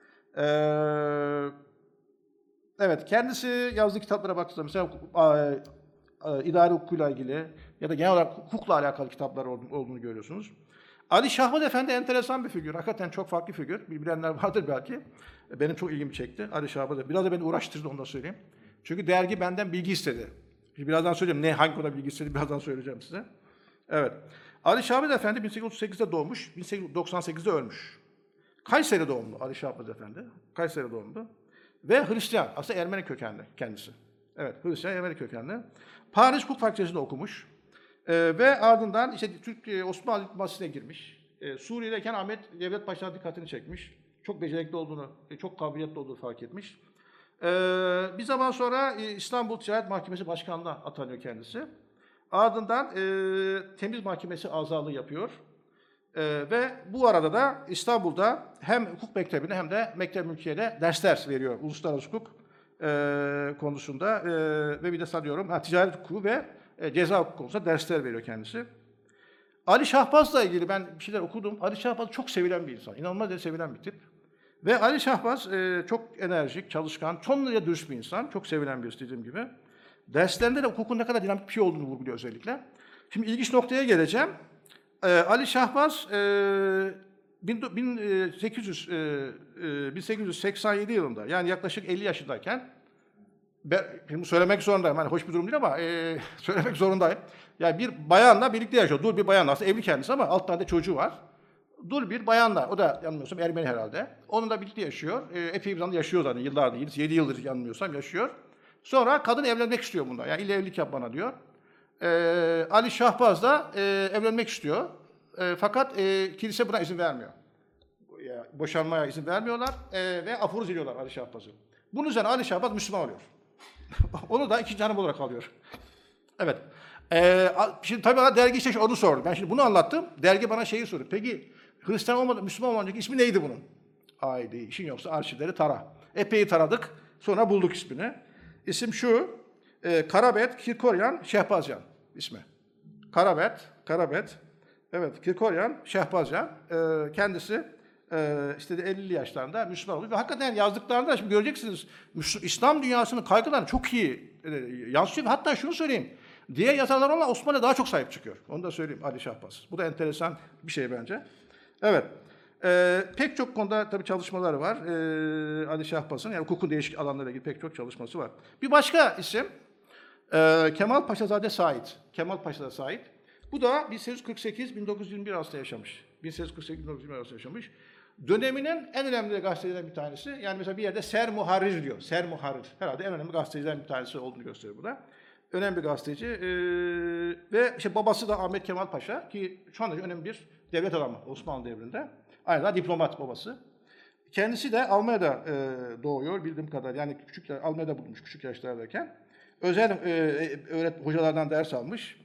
Evet, kendisi yazdığı kitaplara baktığımda mesela idari hukukuyla ilgili ya da genel olarak hukukla alakalı kitaplar olduğunu görüyorsunuz. Ali Şahmat Efendi enteresan bir figür. Hakikaten çok farklı figür. Bilenler vardır belki. Benim çok ilgimi çekti Ali Şahmat Efendi. Biraz da beni uğraştırdı, onu da söyleyeyim. Çünkü dergi benden bilgi istedi. Birazdan söyleyeceğim hangi konuda bilgi istedi, birazdan söyleyeceğim size. Evet. Ali Şahmat Efendi 1838'de doğmuş, 1898'de ölmüş. Kayseri doğumlu Ali Şahmat Efendi. Kayseri doğumlu. Ve Hristiyan, aslında Ermeni kökenli kendisi. Evet, Hristiyan, Ermeni kökenli. Paris Hukuk Fakültesi'nde okumuş. Ve ardından işte Osmanlı diplomasisine girmiş. Suriye'deyken Ahmet Devlet Paşa'nın dikkatini çekmiş. Çok becerikli olduğunu, çok kabiliyetli olduğunu fark etmiş. Bir zaman sonra İstanbul Ticaret Mahkemesi Başkanlığı'na atanıyor kendisi. Ardından Temiz Mahkemesi azalığı yapıyor. Ve bu arada da İstanbul'da hem hukuk mektebine hem de Mektep-i Mülkiye'de dersler veriyor uluslararası hukuk konusunda. Ve bir de sanıyorum ticaret hukuku ve ceza hukuku konusunda dersler veriyor kendisi. Ali Şahbaz'la ilgili ben bir şeyler okudum. Ali Şahbaz çok sevilen bir insan. İnanılmaz derecede sevilen bir tip. Ve Ali Şahbaz çok enerjik, çalışkan, son derece dürüst bir insan. Çok sevilen birisi dediğim gibi. Derslerinde de hukukun ne kadar dinamik bir şey olduğunu vurguluyor özellikle. Şimdi ilginç noktaya geleceğim. Ali Şahbaz 1887 yılında, yani yaklaşık 50 yaşındayken, şimdi söylemek zorundayım, hani hoş bir durum değil ama söylemek zorundayım. Yani bir bayanla birlikte yaşıyor. Dul bir bayanla, aslında evli kendisi ama alt tane de çocuğu var. Dul bir bayanla, o da yanılmıyorsam Ermeni herhalde. Onunla birlikte yaşıyor. Epey bir zaman yaşıyor zaten, yıllardır, 7 yıldır yanılmıyorsam yaşıyor. Sonra kadın evlenmek istiyor bundan. Yani illa evlilik yap bana diyor. Ali Şahbaz da evlenmek istiyor. Fakat kilise buna izin vermiyor. Boşanmaya izin vermiyorlar ve aforoz ediyorlar Ali Şahbaz'ı. Bunun üzerine Ali Şahbaz Müslüman oluyor. Onu da ikinci hanım olarak alıyor. Evet. Şimdi tabii bana dergi işte onu sordu. Ben şimdi bunu anlattım. Dergi bana şeyi sordu. Peki Hristiyan olmadan, Müslüman olmadan ismi neydi bunun? Haydi işin yoksa arşivleri tara. Epey taradık. Sonra bulduk ismini. İsim şu. Karabet Kirkoryan Şehbazyan ismi. Karabet. Evet, Kirkoryan Şehbazyan. Kendisi işte 50'li yaşlarında Müslüman oluyor. Ve hakikaten yazdıklarında şimdi göreceksiniz İslam dünyasının kaygılarını çok iyi yansıtıyor. Hatta şunu söyleyeyim. Diğer yazarlar ona Osmanlı daha çok sahip çıkıyor. Onu da söyleyeyim Ali Şahbaz. Bu da enteresan bir şey bence. Evet. Pek çok konuda tabii çalışmaları var. Ali Şahbaz'ın yani hukukun değişik alanlarıyla ilgili pek çok çalışması var. Bir başka isim Kemal Paşazade Said. Kemal Paşazade Said. Bu da 1848-1921 arasında yaşamış. 1848-1921 arasında yaşamış. Döneminin en önemli gazetecilerinden bir tanesi. Yani mesela bir yerde Ser Muharrir diyor. Ser Muharrir. Herhalde en önemli gazetecilerden bir tanesi olduğunu gösteriyor bu da. Önemli bir gazeteci. Ve işte babası da Ahmet Kemal Paşa ki şu anda önemli bir devlet adamı Osmanlı devrinde. Aynı zamanda diplomat babası. Kendisi de Almanya'da doğuyor bildiğim kadar. Yani Almanya'da bulunmuş küçük yaşlardayken. Özel hocalardan ders almış.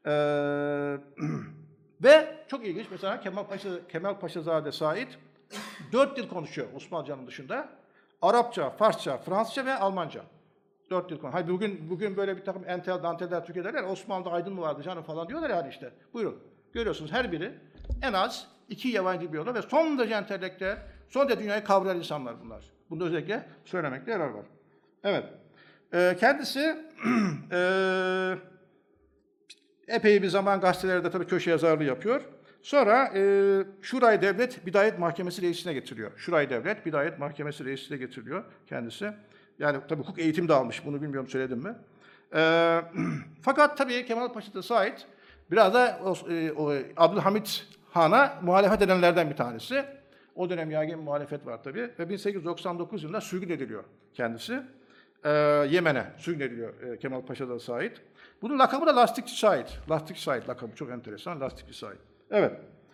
Ve çok ilginç mesela Kemal Paşazade Said 4 dil konuşuyor Osmanlıcanın dışında. Arapça, Farsça, Fransızca ve Almanca. 4 dil konuşuyor. Hayır, bugün böyle bir takım entel danteller Türkiye derler. Osmanlı'da aydın mı vardı canım falan diyorlar yani işte. Buyurun. Görüyorsunuz her biri en az 2 yabancı dil biliyorlar ve son derece entelektüel, son derece dünyayı kavrayan insanlar bunlar. Bunu özellikle söylemekte yarar var. Evet. Kendisi epey bir zaman gazetelerde tabii köşe yazarlığı yapıyor. Sonra Şurayı Devlet Bidayet Mahkemesi Reisine getiriyor. Şurayı Devlet Bidayet Mahkemesi Reisine getiriliyor kendisi. Yani tabii hukuk eğitimi de almış. Bunu bilmiyorum söyledim mi? Fakat tabii Kemal Paşa Said biraz da Abdülhamit Han'a muhalefet edenlerden bir tanesi. O dönem yaygın muhalefet var tabii. Ve 1899 yılında sürgün ediliyor kendisi. Yemen'e sürgün ediliyor Kemal Paşa Said. Bunun lakabı da Lastikçi Said. Lastikçi Said lakabı çok enteresan. Lastikçi Said. Evet.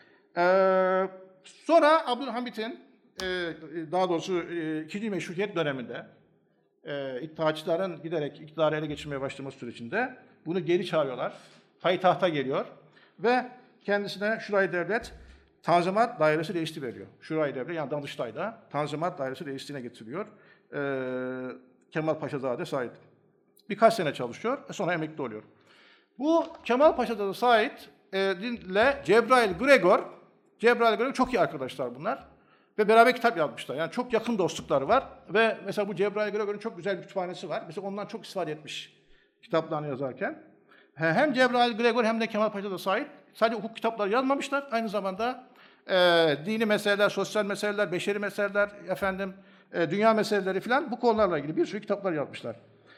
Sonra Abdülhamit'in daha doğrusu 2. Meşrutiyet döneminde İttihatçıların giderek iktidarı ele geçirmeye başlaması sürecinde bunu geri çağırıyorlar. Payitahta geliyor ve kendisine Şurayı Devlet Tanzimat Dairesi Reisliği veriyor. Şurayı Devlet yani Danıştay'da Tanzimat Dairesi Reisliğine getiriyor. Kemal Paşazade Said. Birkaç sene çalışıyor, sonra emekli oluyor. Bu Kemal Paşazade Said ile Cebrail Gregor çok iyi arkadaşlar bunlar. Ve beraber kitap yazmışlar. Yani çok yakın dostlukları var. Ve mesela bu Cebrail Gregor'un çok güzel bir kütüphanesi var. Mesela ondan çok istifade etmiş kitaplarını yazarken. Hem Cebrail Gregor hem de Kemal Paşazade Said sadece hukuk kitapları yazmamışlar. Aynı zamanda dini meseleler, sosyal meseleler, beşeri meseleler, dünya meseleleri falan bu konularla ilgili bir sürü kitaplar yazmışlar.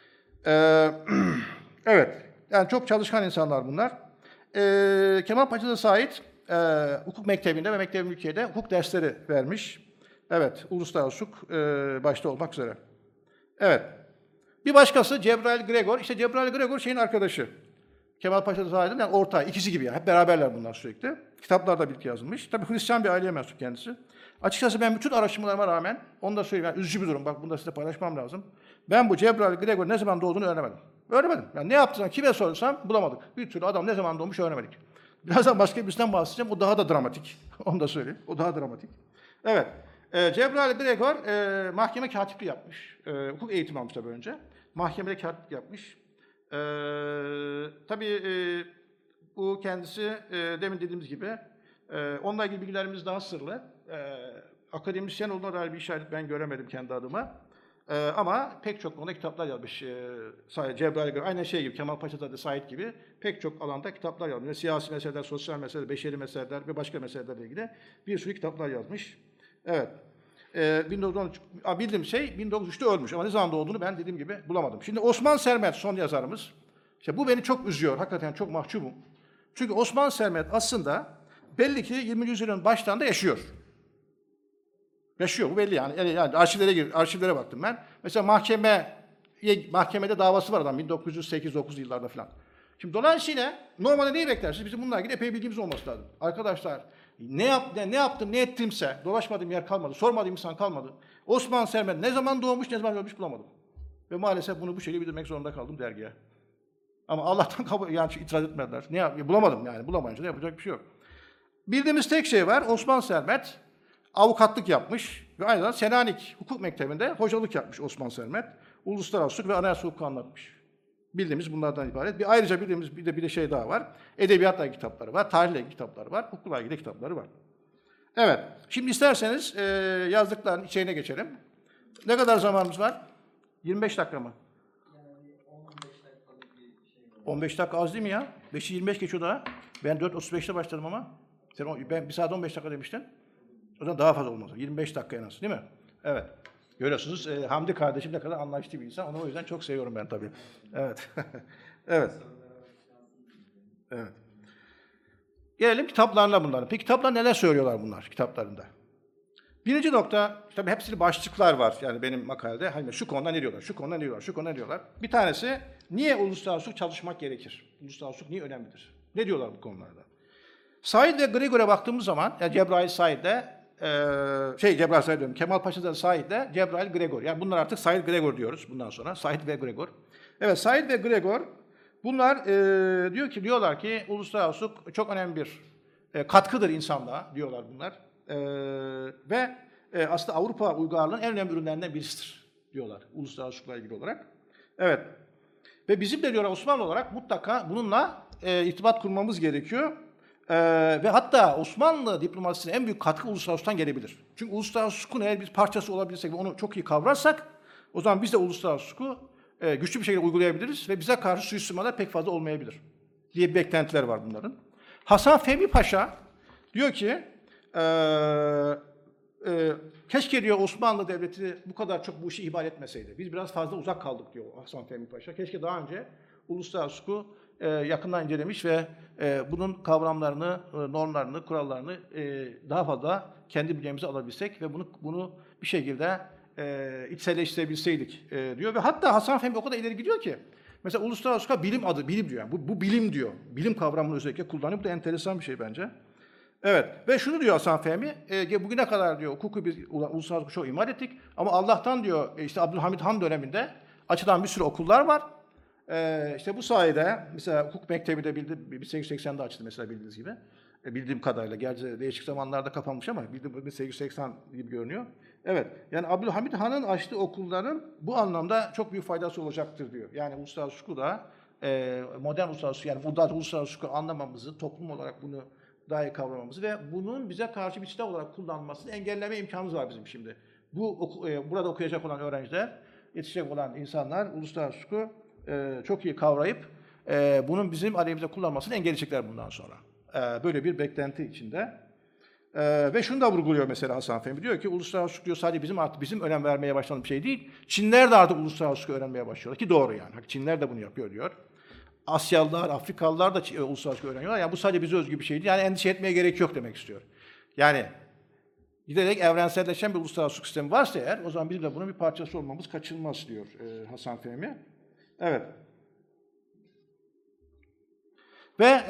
Evet, yani çok çalışkan insanlar bunlar. Kemal Paşa Said hukuk mektebinde ve Mektebi Mülkiye'de hukuk dersleri vermiş. Evet, uluslararası hukuk başta olmak üzere. Evet. Bir başkası Cebrail Gregor. İşte Cebrail Gregor şeyin arkadaşı. Kemal Paşa Said'in yani ortağı, ikisi gibi yani. Hep beraberler bunlar sürekli. Kitaplar da birlikte yazılmış. Tabii Hristiyan bir aileye mensup kendisi. Açıkçası ben bütün araştırmalarıma rağmen, onu da söyleyeyim, yani üzücü bir durum. Bak bunu da size paylaşmam lazım. Ben bu Cebrail Gregor ne zaman doğduğunu öğrenemedim. Öğrenemedim. Yani ne yaptığını kime sorsam bulamadık. Bir türlü adam ne zaman doğmuş öğrenemedik. Birazdan başka birisinden bahsedeceğim. O daha da dramatik. Onu da söyleyeyim. O daha dramatik. Evet. Cebrail Gregor mahkeme katipliği yapmış. Hukuk eğitimi almış tabii önce. Mahkemede katiplik yapmış. Tabii bu kendisi demin dediğimiz gibi onunla ilgili bilgilerimiz daha sırlı. Akademisyen olduğuna dair bir işaret ben göremedim kendi adıma. Ama pek çok konuda kitaplar yazmış. Cebrail Gregor, aynı şey gibi, Kemal Paşazade Said gibi pek çok alanda kitaplar yazmış. Siyasi meseleler, sosyal meseleler, beşeri meseleler ve başka meselelerle ilgili bir sürü kitaplar yazmış. Evet. 1913, bildiğim şey 1903'te ölmüş ama ne zaman doğduğunu ben dediğim gibi bulamadım. Şimdi Osman Sermet son yazarımız. İşte bu beni çok üzüyor. Hakikaten çok mahcubum. Çünkü Osman Sermet aslında belli ki 20. yüzyılın başlarında yaşıyor. Yaşıyor bu belli yani arşivlere baktım ben. Mesela mahkemede davası var adam 1908-9 yıllarda falan. Şimdi dolayısıyla normalde neyi beklersiniz? Bizim bununla ilgili epey bilgimiz olması lazım. Arkadaşlar ne yaptım, ne ettimse dolaşmadığım yer kalmadı, sormadığım insan kalmadı. Osman Sermet ne zaman doğmuş, ne zaman ölmüş bulamadım. Ve maalesef bunu bu şekilde bildirmek zorunda kaldım dergiye. Ama Allah'tan yani itiraz etmediler. Bulamadım yani. Bulamayınca da yapacak bir şey yok. Bildiğimiz tek şey var. Osman Sermet avukatlık yapmış ve aynı zamanda Selanik Hukuk Mektebi'nde hocalık yapmış Osman Sermet. Uluslararası hukuk ve anayasa hukuku anlatmış. Bildiğimiz bunlardan ibaret. Ayrıca bildiğimiz bir de şey daha var. Edebiyatla ilgili kitapları var, tarihle ilgili kitapları var, hukukla ilgili kitapları var. Evet, şimdi isterseniz yazdıkların içeriğine geçelim. Ne kadar zamanımız var? 25 dakika mı? Yani 15 dakikalık bir şey var. 15 dakika az değil mi ya? 5'i 25 geçiyor daha. Ben 4.35'te başladım ama. Ben 1 saat 15 dakika demiştin. O zaman daha fazla olmaz. 25 dakika en az değil mi? Evet. Görüyorsunuz Hamdi kardeşim ne kadar anlayışlı bir insan. Onu o yüzden çok seviyorum ben tabii. Evet. Evet. Evet. Gelelim kitaplarına bunların. Peki kitaplar neler söylüyorlar bunlar kitaplarında? Birinci nokta, tabii hepsinin başlıklar var yani benim makalede. Hani şu konuda ne diyorlar, şu konuda ne diyorlar, şu konuda ne diyorlar. Bir tanesi, niye uluslararası hukuk çalışmak gerekir? Uluslararası hukuk niye önemlidir? Ne diyorlar bu konularda? Said ve Gregor'a baktığımız zaman, yani Cebrail Said'de, Cebrail Said diyorum, Kemal Paşa'da Said'de, Cebrail Gregor. Yani bunlar artık Said Gregor diyoruz bundan sonra. Said ve Gregor. Evet, Said ve Gregor, bunlar diyorlar ki uluslararası hukuk çok önemli bir katkıdır insanlığa diyorlar bunlar. Ve aslında Avrupa uygarlığının en önemli ürünlerinden birisidir diyorlar uluslararası hukukla ilgili olarak. Evet. Ve bizim de diyorlar Osmanlı olarak mutlaka bununla irtibat kurmamız gerekiyor. Ve hatta Osmanlı diplomasisine en büyük katkı uluslararası hukuktan gelebilir. Çünkü uluslararası hukukun eğer bir parçası olabilirsek ve onu çok iyi kavrarsak o zaman biz de uluslararası hukuku güçlü bir şekilde uygulayabiliriz ve bize karşı suistimalar pek fazla olmayabilir diye bir beklentiler var bunların. Hasan Fehmi Paşa diyor ki keşke diyor Osmanlı Devleti bu kadar çok bu işi ihmal etmeseydi. Biz biraz fazla uzak kaldık diyor Hasan Fehmi Paşa. Keşke daha önce uluslararası hukuku yakından incelemiş ve bunun kavramlarını, normlarını, kurallarını daha fazla kendi bünyemize alabilsek ve bunu bir şekilde içselleştirebilseydik diyor. Ve hatta Hasan Fehmi o kadar ileri gidiyor ki mesela uluslararası hukuk bilim adı, bilim diyor. Yani bu bilim diyor. Bilim kavramını özellikle kullanıyor. Bu da enteresan bir şey bence. Evet ve şunu diyor Hasan Fehmi, bugüne kadar diyor hukuku biz uluslararası hukuku çok imal ettik ama Allah'tan diyor işte Abdülhamit Han döneminde açılan bir sürü okullar var. İşte bu sayede mesela hukuk mektebi de 1880'de açtı mesela bildiğiniz gibi. Bildiğim kadarıyla. Gerçi değişik zamanlarda kapanmış ama bildiğim 1880 gibi görünüyor. Evet. Yani Abdülhamit Han'ın açtığı okulların bu anlamda çok büyük faydası olacaktır diyor. Yani uluslararası hukuku da modern uluslararası yani uluslararası hukuku anlamamızı, toplum olarak bunu daha iyi kavramamızı ve bunun bize karşı bir silah olarak kullanılmasını engelleme imkanımız var bizim şimdi. Burada okuyacak olan öğrenciler, yetişecek olan insanlar uluslararası hukuku çok iyi kavrayıp bunun bizim aleyhimize kullanmasını engelleyecekler bundan sonra. Böyle bir beklenti içinde. Ve şunu da vurguluyor mesela Hasan Fehmi. Diyor ki uluslararası hukuk diyor sadece bizim önem vermeye başladığımız bir şey değil. Çinler de artık uluslararası hukuku öğrenmeye başlıyorlar ki doğru yani. Çinler de bunu yapıyor diyor. Asyalılar, Afrikalılar da uluslararası hukuku öğreniyorlar. Yani bu sadece bize özgü bir şey değil. Yani endişe etmeye gerek yok demek istiyor. Yani giderek evrenselleşen bir uluslararası hukuk sistemi varsa eğer o zaman bizim de bunun bir parçası olmamız kaçınılmaz diyor Hasan Fehmi. Evet. Ve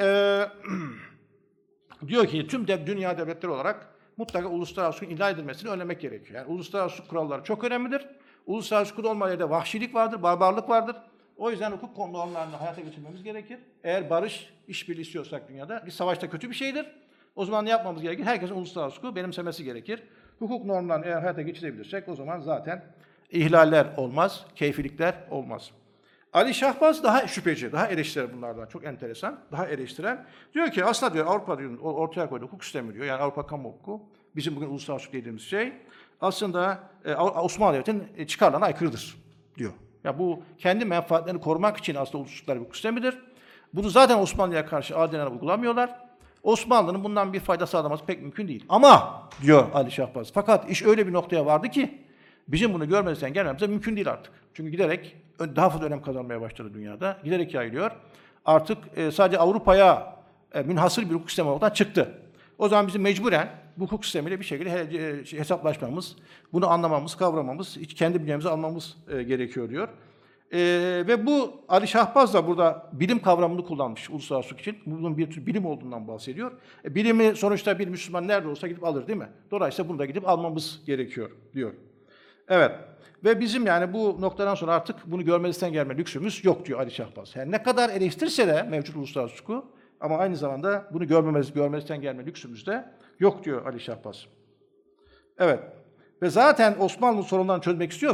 diyor ki tüm dünya devletleri olarak mutlaka uluslararası hukukun ihlal edilmesini önlemek gerekiyor. Yani uluslararası hukuk kuralları çok önemlidir. Uluslararası hukuk olmayan yerde vahşilik vardır, barbarlık vardır. O yüzden hukuk normlarını hayata geçirmemiz gerekir. Eğer barış, işbirliği istiyorsak dünyada, bir savaşta kötü bir şeydir. O zaman ne yapmamız gerekir? Herkesin uluslararası hukuku benimsemesi gerekir. Hukuk normlarını eğer hayata geçirebilirsek o zaman zaten ihlaller olmaz, keyfilikler olmaz. Ali Şahbaz daha şüpheci, daha eleştirel bunlardan. Çok enteresan, daha eleştirel. Diyor ki aslında diyor Avrupa diyor, ortaya koyduğu hukuk sistemi diyor. Yani Avrupa kamu hukuku, bizim bugün uluslararası hukuk dediğimiz şey aslında Osmanlı Devleti'nin çıkarlarına aykırıdır diyor. Ya bu kendi menfaatlerini korumak için aslında uluslararası bir hukuk sistemidir. Bunu zaten Osmanlı'ya karşı adilen uygulamıyorlar. Osmanlı'nın bundan bir fayda sağlaması pek mümkün değil. Ama diyor Ali Şahbaz, fakat iş öyle bir noktaya vardı ki bizim bunu görmezden gelmemize mümkün değil artık. Çünkü giderek daha fazla önem kazanmaya başladı dünyada. Giderek yayılıyor. Artık sadece Avrupa'ya münhasır bir hukuk sistemi oradan çıktı. O zaman bizim mecburen bu hukuk sistemiyle bir şekilde hesaplaşmamız, bunu anlamamız, kavramamız, kendi bünyemize almamız gerekiyor diyor. Ve bu Ali Şahbaz da burada bilim kavramını kullanmış uluslararası hukuk için. Bunun bir tür bilim olduğundan bahsediyor. Bilimi sonuçta bir Müslüman nerede olsa gidip alır değil mi? Dolayısıyla bunu da gidip almamız gerekiyor diyor. Evet. Ve bizim yani bu noktadan sonra artık bunu görmezden gelme lüksümüz yok diyor Ali Şahbaz. Yani ne kadar eleştirse de mevcut uluslararası hukuku ama aynı zamanda bunu görmezden gelme lüksümüz de yok diyor Ali Şahbaz. Evet. Ve zaten Osmanlı sorunlarını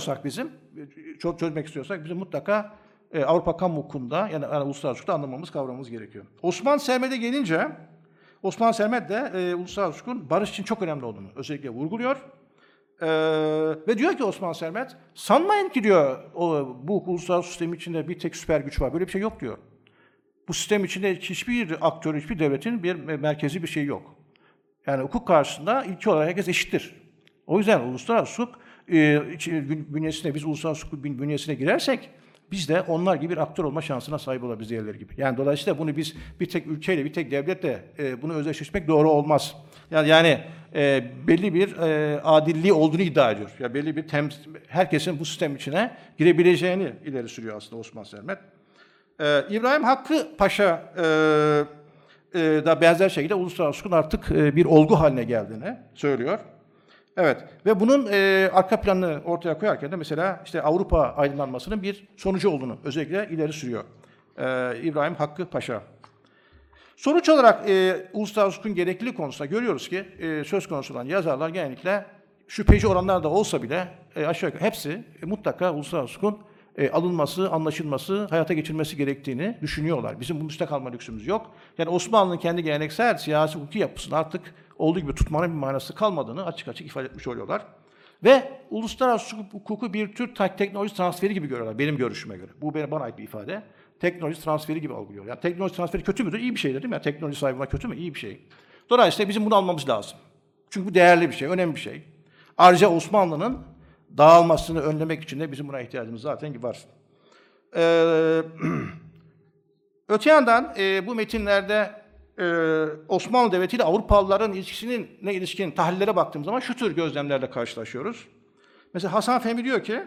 çözmek istiyorsak bizim mutlaka Avrupa kamu hukukunda yani uluslararası hukukta anlamamız, kavramamız gerekiyor. Osman Sermet'e gelince, Osman Sermet de uluslararası hukukun barış için çok önemli olduğunu özellikle vurguluyor. Ve diyor ki Osman Sermet, sanmayın ki diyor bu uluslararası sistem içinde bir tek süper güç var. Böyle bir şey yok diyor. Bu sistem içinde hiçbir aktör, hiçbir devletin bir merkezi bir şey yok. Yani hukuk karşısında ilki olarak herkes eşittir. O yüzden uluslararası hukuk bünyesine, biz uluslararası hukuk bünyesine girersek biz de onlar gibi bir aktör olma şansına sahip olabiliriz diğerleri gibi. Yani dolayısıyla bunu biz bir tek ülkeyle, bir tek devletle bunu özdeşleştirmek doğru olmaz. Yani belli bir adilliği olduğunu iddia ediyor. Ya belli bir herkesin bu sistem içine girebileceğini ileri sürüyor aslında Osman Sermet. İbrahim Hakkı Paşa da benzer şekilde uluslararası hukukun artık bir olgu haline geldiğini söylüyor. Evet ve bunun arka planını ortaya koyarken de mesela işte Avrupa aydınlanmasının bir sonucu olduğunu özellikle ileri sürüyor İbrahim Hakkı Paşa. Sonuç olarak uluslararası hukukun gerekliliği konusunda görüyoruz ki söz konusu olan yazarlar genellikle şüpheci oranlar da olsa bile aşağı yukarı hepsi mutlaka uluslararası hukukun alınması, anlaşılması, hayata geçirilmesi gerektiğini düşünüyorlar. Bizim bunun üstte kalma lüksümüz yok. Yani Osmanlı'nın kendi geleneksel siyasi hukuki yapısını artık olduğu gibi tutmanın bir manası kalmadığını açık açık ifade etmiş oluyorlar. Ve uluslararası hukuku bir tür teknoloji transferi gibi görüyorlar benim görüşüme göre. Bu bana ait bir ifade. Teknoloji transferi gibi algılıyor. Yani teknoloji transferi kötü müdür? İyi bir şeydir değil mi? Yani teknoloji sahibi olmak kötü mü? İyi bir şey. Dolayısıyla bizim bunu almamız lazım. Çünkü bu değerli bir şey, önemli bir şey. Ayrıca Osmanlı'nın dağılmasını önlemek için de bizim buna ihtiyacımız zaten var. Öte yandan bu metinlerde Osmanlı Devleti ile Avrupalıların ilişkin tahlillere baktığımız zaman şu tür gözlemlerle karşılaşıyoruz. Mesela Hasan Fehmi diyor ki,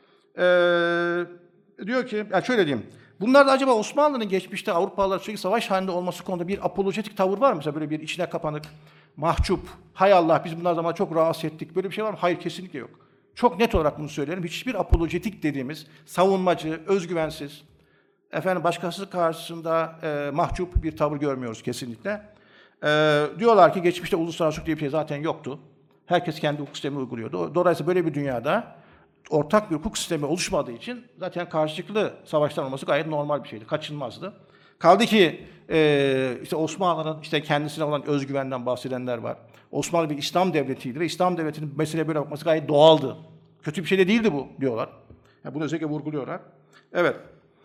yani şöyle diyeyim, bunlarda acaba Osmanlı'nın geçmişte Avrupalılar sürekli savaş halinde olması konusunda bir apolojetik tavır var mı? Mesela böyle bir içine kapanık, mahcup, hay Allah biz bunlar zaman çok rahatsız ettik, böyle bir şey var mı? Hayır, kesinlikle yok. Çok net olarak bunu söylerim. Hiçbir apolojetik dediğimiz savunmacı, özgüvensiz, başkası karşısında mahcup bir tavır görmüyoruz kesinlikle. Diyorlar ki geçmişte uluslararası hukuk diye bir şey zaten yoktu. Herkes kendi hukuk sistemini uyguluyordu. Dolayısıyla böyle bir dünyada ortak bir hukuk sistemi oluşmadığı için zaten karşılıklı savaşlar olması gayet normal bir şeydi, kaçınılmazdı. Kaldı ki işte Osmanlı'nın işte kendisine olan özgüvenden bahsedenler var. Osmanlı bir İslam devletiydi ve İslam devletinin meseleye böyle bakması gayet doğaldı. Kötü bir şey de değildi bu diyorlar. Yani bunu özellikle vurguluyorlar. Evet.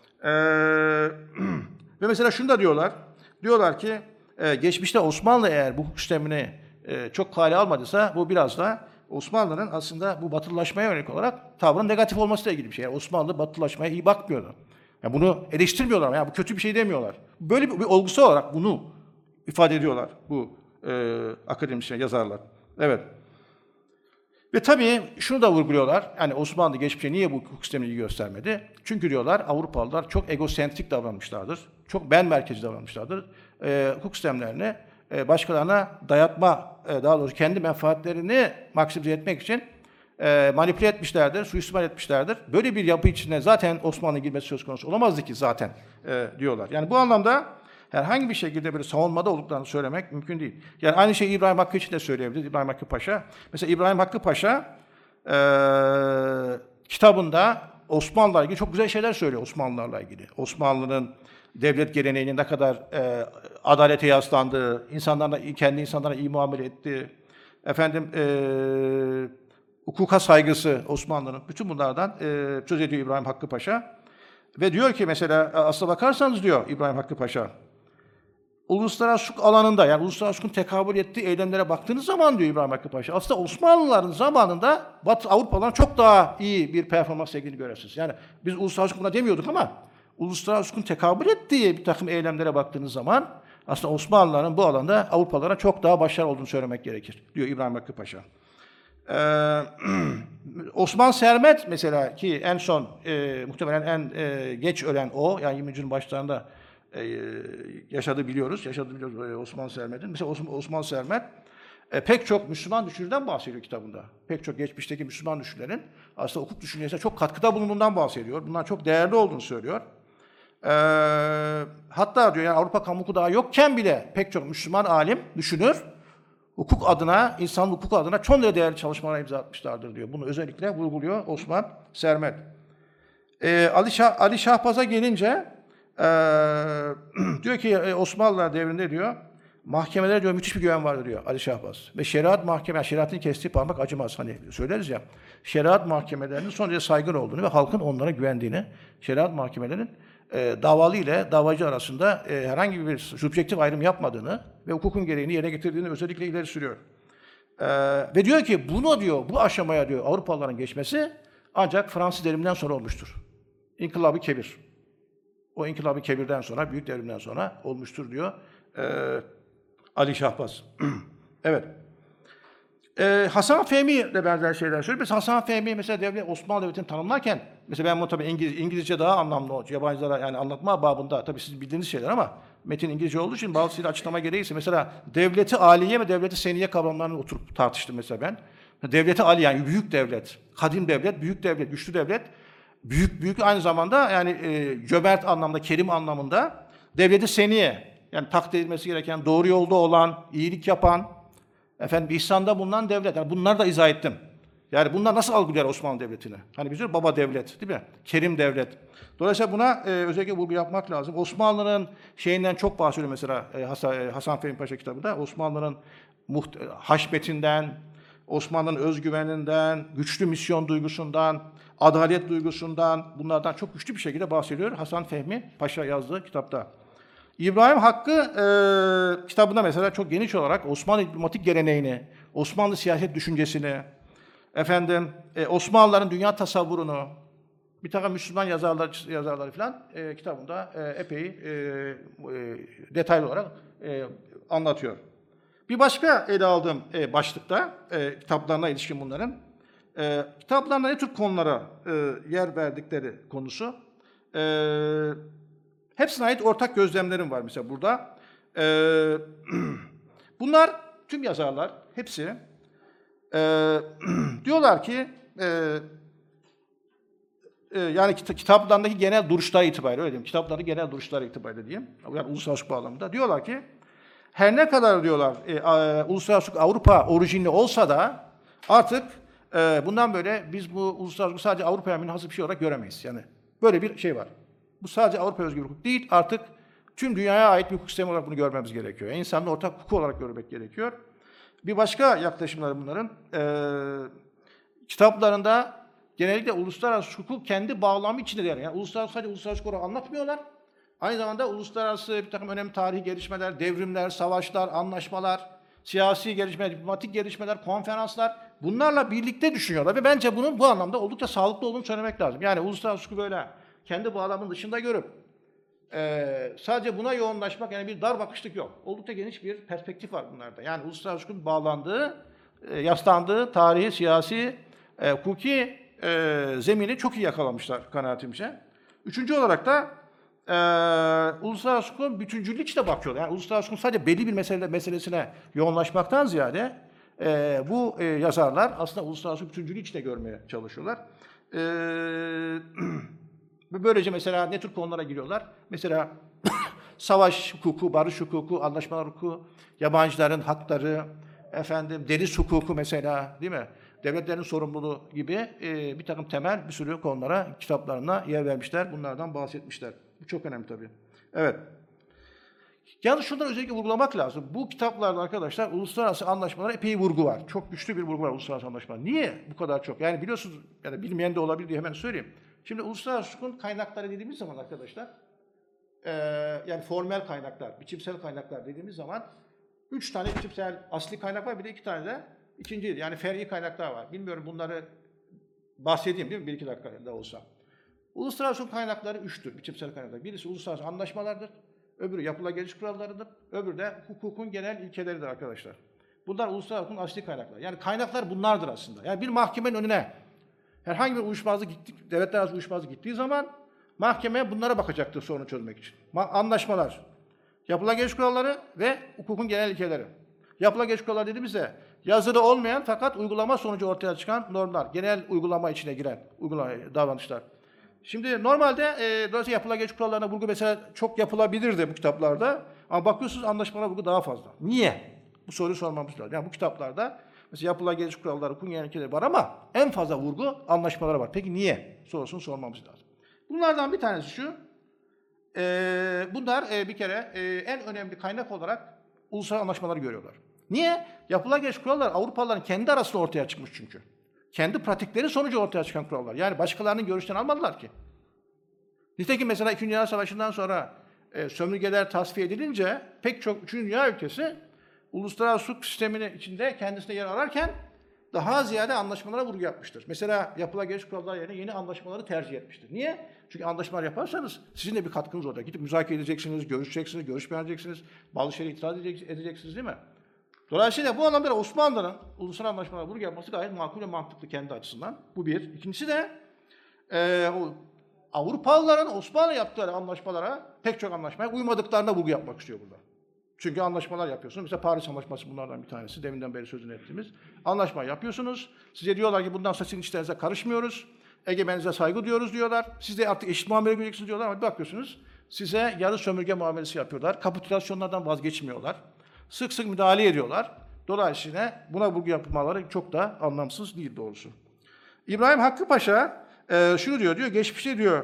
Ve mesela şunu da diyorlar. Diyorlar ki geçmişte Osmanlı eğer bu hukuk sistemini çok kale almadıysa bu biraz da Osmanlı'nın aslında bu batılılaşmaya yönelik olarak tavrının negatif olmasıyla ilgili bir şey. Yani Osmanlı batılılaşmaya iyi bakmıyordu. Yani bunu eleştirmiyorlar ama yani bu kötü bir şey demiyorlar. Böyle bir olgusu olarak bunu ifade ediyorlar bu akademisyen yazarlar. Evet. Ve tabii şunu da vurguluyorlar. Yani Osmanlı geçmişte niye bu hukuk sistemini iyi göstermedi? Çünkü diyorlar Avrupalılar çok egosentrik davranmışlardır. Çok ben merkezci davranmışlardır. Hukuk sistemlerini başkalarına dayatma, daha doğrusu kendi menfaatlerini maksimize etmek için manipüle etmişlerdir, suistimal etmişlerdir. Böyle bir yapı içine zaten Osmanlı girmesi söz konusu olamazdı ki zaten diyorlar. Yani bu anlamda herhangi bir şekilde böyle savunmada olduklarını söylemek mümkün değil. Yani aynı şeyi İbrahim Hakkı için de söyleyebiliriz, İbrahim Hakkı Paşa. Mesela İbrahim Hakkı Paşa kitabında Osmanlılarla ilgili çok güzel şeyler söylüyor Osmanlılarla ilgili. Osmanlı'nın devlet geleneğinin ne kadar adalete yaslandığı, kendi insanlarına iyi muamele ettiği, hukuka saygısı Osmanlı'nın, bütün bunlardan söz ediyor İbrahim Hakkı Paşa. Ve diyor ki mesela, aslına bakarsanız diyor İbrahim Hakkı Paşa, uluslararası hukuk alanında, yani uluslararası hukukun tekabül ettiği eylemlere baktığınız zaman diyor İbrahim Hakkı Paşa, aslında Osmanlıların zamanında Batı Avrupalıların çok daha iyi bir performans sergilediğini görürsünüz. Yani biz uluslararası hukukuna demiyorduk ama uluslararası hukukun tekabül ettiği bir takım eylemlere baktığınız zaman aslında Osmanlıların bu alanda Avrupalılara çok daha başarılı olduğunu söylemek gerekir, diyor İbrahim Hakkı Paşa. Osman Sermet mesela ki en son muhtemelen en geç ölen o, yani 20. yüzyılın başlarında yaşadığını biliyoruz Osman Sermet'in. Mesela Osman Sermet Pek çok Müslüman düşünürden bahsediyor kitabında. Pek çok geçmişteki Müslüman düşünürlerin aslında hukuk düşüncesine çok katkıda bulunduğundan bahsediyor. Bunlar çok değerli olduğunu söylüyor. Hatta diyor yani Avrupa kamu hukuku daha yokken bile pek çok Müslüman alim, düşünür, hukuk adına, insan hukuku adına çok değerli çalışmalar imza atmışlardır diyor. Bunu özellikle vurguluyor Osman Sermet. Ali Şahbaz'a gelince diyor ki Osmanlılar devrinde diyor mahkemelere diyor müthiş bir güven vardı diyor Ali Şahbaz. Ve şeriat mahkeme, şeriatın kestiği parmak acımaz hani söyleriz ya. Şeriat mahkemelerinin son derece saygın olduğunu ve halkın onlara güvendiğini, şeriat mahkemelerinin davalı ile davacı arasında herhangi bir subjektif ayrım yapmadığını ve hukukun gereğini yerine getirdiğini özellikle ileri sürüyor. Ve diyor ki bunu diyor bu aşamaya diyor Avrupalıların geçmesi ancak Fransız devriminden sonra olmuştur. İnkılab-ı Kebir. O İnkılab-ı Kebir'den sonra, Büyük Devrim'den sonra olmuştur diyor Ali Şahbaz. Evet. Hasan Fehmi de benzer şeyler söylüyor. Mesela Hasan Fehmi mesela Osmanlı Devleti'ni tanımlarken, mesela ben bunu tabii İngilizce daha anlamlı olacak. Yabancılara yani anlatma babında tabii siz bildiğiniz şeyler ama metin İngilizce olduğu için bazısıyla açıklama gereğiyse mesela devleti aliye ve devleti seniye kavramlarını oturup tartıştım mesela ben. Devleti ali yani büyük devlet, kadim devlet, büyük devlet, güçlü devlet. Büyük aynı zamanda yani cömert anlamda, kerim anlamında devleti seniye yani takdir edilmesi gereken, doğru yolda olan, iyilik yapan, efendim ihsanda bulunan devlet. Yani bunları da izah ettim. Yani bunlar nasıl algılıyor Osmanlı Devleti'ni? Hani biz diyoruz baba devlet, değil mi? Kerim devlet. Dolayısıyla buna özellikle vurgu yapmak lazım. Osmanlı'nın şeyinden çok bahsediyor mesela Hasan Fehmi Paşa kitabında. Osmanlı'nın haşmetinden, Osmanlı'nın özgüveninden, güçlü misyon duygusundan, adalet duygusundan, bunlardan çok güçlü bir şekilde bahsediyor Hasan Fehmi Paşa yazdığı kitapta. İbrahim Hakkı kitabında mesela çok geniş olarak Osmanlı diplomatik geleneğini, Osmanlı siyaset düşüncesini, Osmanlıların dünya tasavvurunu, bir takım Müslüman yazarları falan kitabında epey detaylı olarak anlatıyor. Bir başka ele aldığım başlıkta kitaplarına ilişkin bunların, kitaplarında ne tür konulara yer verdikleri konusu. Hepsine ait ortak gözlemlerim var mesela burada. Bunlar tüm yazarlar, hepsi diyorlar ki yani kitaplarındaki genel duruşları itibariyle öyle diyeyim. Kitaplarındaki genel duruşları itibariyle diyeyim. Yani uluslararası hukuk bağlamında diyorlar ki her ne kadar diyorlar uluslararası hukuk Avrupa orijinli olsa da artık bundan böyle biz bu uluslararası hukuku sadece Avrupa'ya münhasır bir şey olarak göremeyiz. Yani böyle bir şey var. Bu sadece Avrupa özgü bir hukuk değil, artık tüm dünyaya ait bir hukuk sistemi olarak bunu görmemiz gerekiyor. İnsanın ortak hukuku olarak görmek gerekiyor. Bir başka yaklaşımları bunların, kitaplarında genellikle uluslararası hukuk kendi bağlamı içinde der. Yani sadece uluslararası hukuku anlatmıyorlar. Aynı zamanda uluslararası bir takım önemli tarihi gelişmeler, devrimler, savaşlar, anlaşmalar, siyasi gelişmeler, diplomatik gelişmeler, konferanslar bunlarla birlikte düşünüyorlar. Ve bence bunun bu anlamda oldukça sağlıklı olduğunu söylemek lazım. Yani uluslararası hukuku böyle kendi bağlamının dışında görüp sadece buna yoğunlaşmak yani bir dar bakışlık yok. Oldukça geniş bir perspektif var bunlarda. Yani uluslararası hukukun bağlandığı, yaslandığı tarihi, siyasi, hukuki zemini çok iyi yakalamışlar kanaatimce. Üçüncü olarak da uluslararası hukukun bütüncüllük içine bakıyorlar. Yani uluslararası hukukun sadece belli bir meselesine yoğunlaşmaktan ziyade bu yazarlar aslında uluslararası bütüncülüğü içine görmeye çalışıyorlar. Böylece mesela ne tür konulara giriyorlar? Mesela savaş hukuku, barış hukuku, anlaşmalar hukuku, yabancıların hakları, deniz hukuku mesela, değil mi? Devletlerin sorumluluğu gibi bir takım temel bir sürü konulara kitaplarına yer vermişler. Bunlardan bahsetmişler. Bu çok önemli tabii. Evet. Yalnız şunları özellikle vurgulamak lazım. Bu kitaplarda arkadaşlar uluslararası anlaşmalara epey vurgu var. Çok güçlü bir vurgu var uluslararası anlaşmalar. Niye bu kadar çok? Yani biliyorsunuz, yani bilmeyen de olabilir diye hemen söyleyeyim. Şimdi uluslararası hukukun kaynakları dediğimiz zaman arkadaşlar, yani formel kaynaklar, biçimsel kaynaklar dediğimiz zaman 3 tane biçimsel asli kaynak var, bir de 2 tane de ikinci yani fer'i kaynaklar var. Bilmiyorum bunları bahsedeyim değil mi? 1-2 dakikada olsa. Uluslararası hukuk kaynakları 3'tür biçimsel kaynaklar. Birisi uluslararası anlaşmalardır, öbürü yapılan geliş kurallarıdır, öbürü de hukukun genel ilkeleridir arkadaşlar. Bunlar uluslararası hukukun asli kaynaklar. Yani kaynaklar bunlardır aslında. Yani bir mahkemenin önüne herhangi bir uyuşmazlık devletler arası uyuşmazlık gittiği zaman mahkeme bunlara bakacaktır sorunu çözmek için. Anlaşmalar, yapılan geliş kuralları ve hukukun genel ilkeleri. Yapılan geç kurallar dediğimizde yazılı olmayan fakat uygulama sonucu ortaya çıkan normlar, genel uygulama içine giren davranışlar. Şimdi normalde dolayısıyla yapılan geç kurallarına vurgu mesela çok yapılabilirdi bu kitaplarda. Ama bakıyorsunuz anlaşmalara vurgu daha fazla. Niye? Bu soruyu sormamız lazım. Yani bu kitaplarda mesela yapılan geç kuralları, hukuk ilkeleri var ama en fazla vurgu anlaşmalara var. Peki niye? Sorusunu sormamız lazım. Bunlardan bir tanesi şu. Bunlar bir kere en önemli kaynak olarak ulusal anlaşmaları görüyorlar. Niye? Yapılan geç kurallar Avrupalıların kendi arasında ortaya çıkmış çünkü. Kendi pratikleri sonucu ortaya çıkan kurallar. Yani başkalarının görüşlerini almadılar ki. Nitekim mesela 2. Dünya Savaşı'ndan sonra sömürgeler tasfiye edilince pek çok 3. Dünya ülkesi uluslararası hukuk sisteminin içinde kendisine yer ararken daha ziyade anlaşmalara vurgu yapmıştır. Mesela yapılan geç kurallar yerine yeni anlaşmaları tercih etmiştir. Niye? Çünkü anlaşmalar yaparsanız sizin de bir katkınız olacak. Gidip müzakere edeceksiniz, görüşeceksiniz, görüş beğeneceksiniz, bazı şeylere itiraz edeceksiniz değil mi? Dolayısıyla bu anlamda Osmanlı'nın ulusal anlaşmalara vurgu yapması gayet makul ve mantıklı kendi açısından. Bu bir. İkincisi de Avrupalıların Osmanlı yaptıkları anlaşmalara, pek çok anlaşmaya uymadıklarına vurgu yapmak istiyor burada. Çünkü anlaşmalar yapıyorsunuz. Mesela Paris Anlaşması bunlardan bir tanesi. Deminden beri sözünü ettiğimiz. Anlaşma yapıyorsunuz. Size diyorlar ki bundan sonra sizin işlerinize karışmıyoruz. Egemeninize saygı duyuyoruz diyorlar. Siz de artık eşit muamele göreceksiniz diyorlar ama bir bakıyorsunuz size yarı sömürge muamelesi yapıyorlar. Kapitülasyonlardan vazgeçmiyorlar. Sık sık müdahale ediyorlar. Dolayısıyla buna vurgu yapmaları çok da anlamsız değil doğrusu. İbrahim Hakkı Paşa şunu diyor geçmişte diyor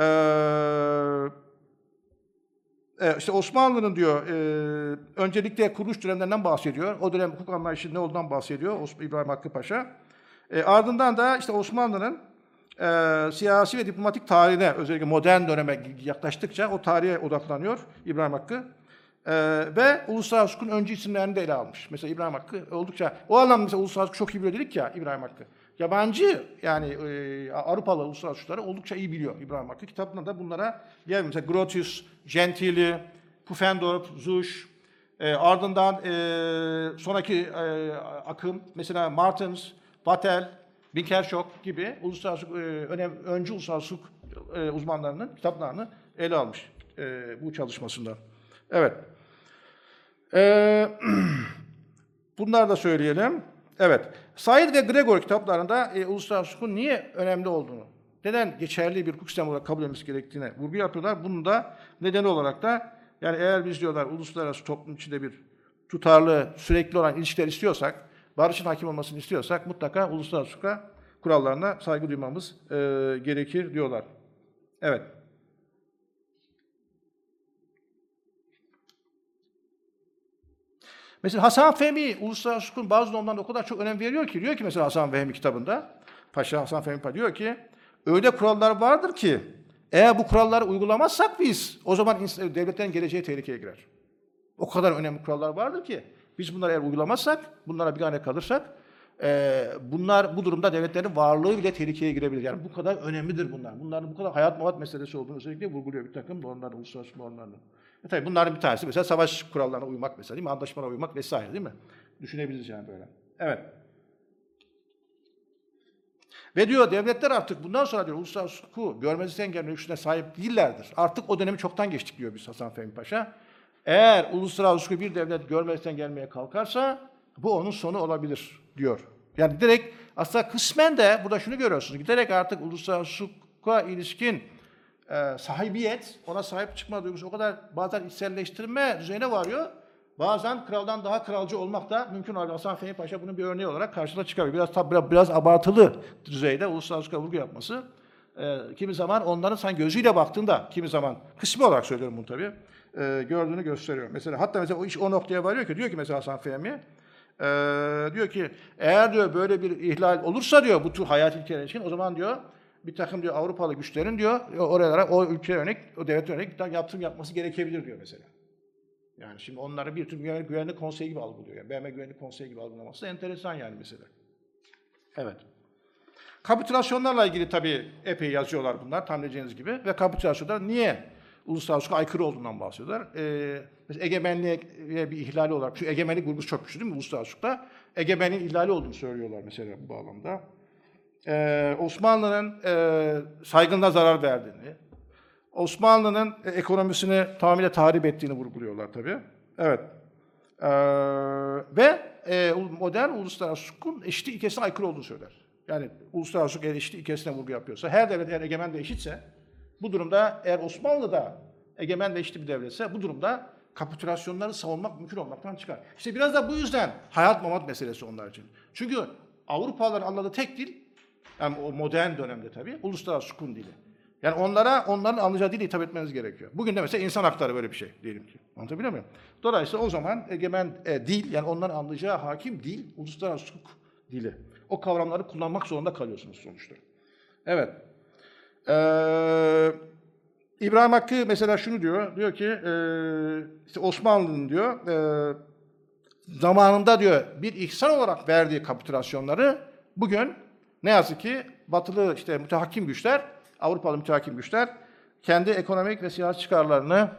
işte Osmanlı'nın diyor öncelikle kuruluş dönemlerinden bahsediyor. O dönem hukuk anlayışının ne olduğundan bahsediyor İbrahim Hakkı Paşa. Ardından da işte Osmanlı'nın siyasi ve diplomatik tarihine özellikle modern döneme yaklaştıkça o tarihe odaklanıyor İbrahim Hakkı. Ve uluslararası hukukun öncü isimlerini de ele almış. Mesela İbrahim Hakkı oldukça, o anlamda mesela uluslararası hukuk çok iyi biliyor dedik ya İbrahim Hakkı. Yabancı yani Avrupalı uluslararası hukukları oldukça iyi biliyor İbrahim Hakkı. Kitabında da bunlara yer mesela Grotius, Gentili, Pufendorf, Zusch, ardından sonraki akım mesela Martens, Vattel, Binkershoek gibi uluslararası öncü uluslararası hukuk uzmanlarının kitaplarını ele almış bu çalışmasında. Evet. Bunları da söyleyelim. Evet. Said ve Gregor kitaplarında uluslararası hukukun niye önemli olduğunu, neden geçerli bir hukuk sistemi olarak kabul edilmesi gerektiğine vurgu yapıyorlar. Bunun da nedeni olarak da yani eğer biz diyorlar uluslararası toplum içinde bir tutarlı, sürekli olan ilişkiler istiyorsak, barışın hakim olmasını istiyorsak mutlaka uluslararası hukuka kurallarına saygı duymamız gerekir diyorlar. Evet. Mesela Hasan Fehmi uluslararası hukukun bazı normlarına o kadar çok önem veriyor ki, diyor ki mesela Hasan Fehmi kitabında, Paşa Hasan Fehmi Paşa diyor ki, öyle kurallar vardır ki, eğer bu kuralları uygulamazsak biz, o zaman devletlerin geleceği tehlikeye girer. O kadar önemli kurallar vardır ki, biz bunları eğer uygulamazsak, bunlara bigane kalırsak, bunlar bu durumda devletlerin varlığı bile tehlikeye girebilir. Yani bu kadar önemlidir bunlar. Bunların bu kadar hayat mevat meselesi olduğunu özellikle vurguluyor bir takım normlar, uluslararası normlarını. Tabii bunların bir tanesi mesela savaş kurallarına uymak mesela değil mi? Anlaşmalara uymak vesaire değil mi? Düşünebiliriz yani böyle. Evet. Ve diyor devletler artık bundan sonra diyor uluslararası hukuku görmezlikten engellenme lüksüne sahip değillerdir. Artık o dönemi çoktan geçtik diyor biz Hasan Fehmi Paşa. Eğer uluslararası hukuku bir devlet görmezlikten gelmeye kalkarsa bu onun sonu olabilir diyor. Yani direkt aslında kısmen de burada şunu görüyorsunuz. Giderek artık uluslararası hukuka ilişkin sahibiyet, ona sahip çıkma duygusu o kadar bazen içselleştirme düzeyine varıyor. Bazen kraldan daha kralcı olmak da mümkün olabilir. Hasan Fehmi Paşa bunun bir örneği olarak karşına çıkabilir. Biraz abartılı düzeyde uluslararası hukuka vurgu yapması. Kimi zaman onların sen gözüyle baktığında, kimi zaman kısmi olarak söylüyorum bunu tabii, gördüğünü gösteriyor. Hatta mesela o iş o noktaya varıyor ki, diyor ki mesela Hasan Fehmi, diyor ki eğer diyor böyle bir ihlal olursa diyor bu tür hayat ilkeleri için o zaman diyor bir takım diyor Avrupalı güçlerin diyor oralara o ülkeye yönelik, o devlete yönelik yaptırım yapması gerekebilir diyor mesela. Yani şimdi onları bir tür güvenlik konseyi gibi algılıyor. Yani BM Güvenlik Konseyi gibi algılaması da enteresan yani mesela. Evet. Kapitülasyonlarla ilgili tabii epey yazıyorlar bunlar tahmin edeceğiniz gibi. Ve kapitülasyonlar niye uluslararası hukuka aykırı olduğundan bahsediyorlar. Mesela egemenliğe bir ihlali olarak, şu egemenlik vurgusu çok güçlü değil mi uluslararası hukukta? Egemenliğin ihlali olduğunu söylüyorlar mesela bu bağlamda. Osmanlı'nın saygınlığa zarar verdiğini, Osmanlı'nın ekonomisini tamamıyla tahrip ettiğini vurguluyorlar tabii. Evet. Modern uluslararası hukukun eşitlik ilkesine aykırı olduğunu söyler. Yani uluslararası hukuk eşitlik ilkesine vurgu yapıyorsa, her devlet eğer egemen ve eşitse, bu durumda eğer Osmanlı'da egemen ve eşit bir devletse, bu durumda kapitülasyonları savunmak mümkün olmaktan çıkar. İşte biraz da bu yüzden hayat mamat meselesi onlar için. Çünkü Avrupalıların anladığı tek dil, yani o modern dönemde tabii, uluslararası hukukun dili. Yani onların anlayacağı dili hitap etmeniz gerekiyor. Bugün de mesela insan hakları böyle bir şey diyelim ki. Anlatabiliyor muyum? Dolayısıyla o zaman egemen dil, yani onların anlayacağı hakim dil, uluslararası hukuk dili. O kavramları kullanmak zorunda kalıyorsunuz sonuçta. Evet. İbrahim Hakkı mesela şunu diyor. Diyor ki işte Osmanlı'nın diyor zamanında diyor bir ihsan olarak verdiği kapitülasyonları bugün ne yazık ki batılı işte mütehakim güçler, Avrupalı mütehakim güçler kendi ekonomik ve siyasi çıkarlarını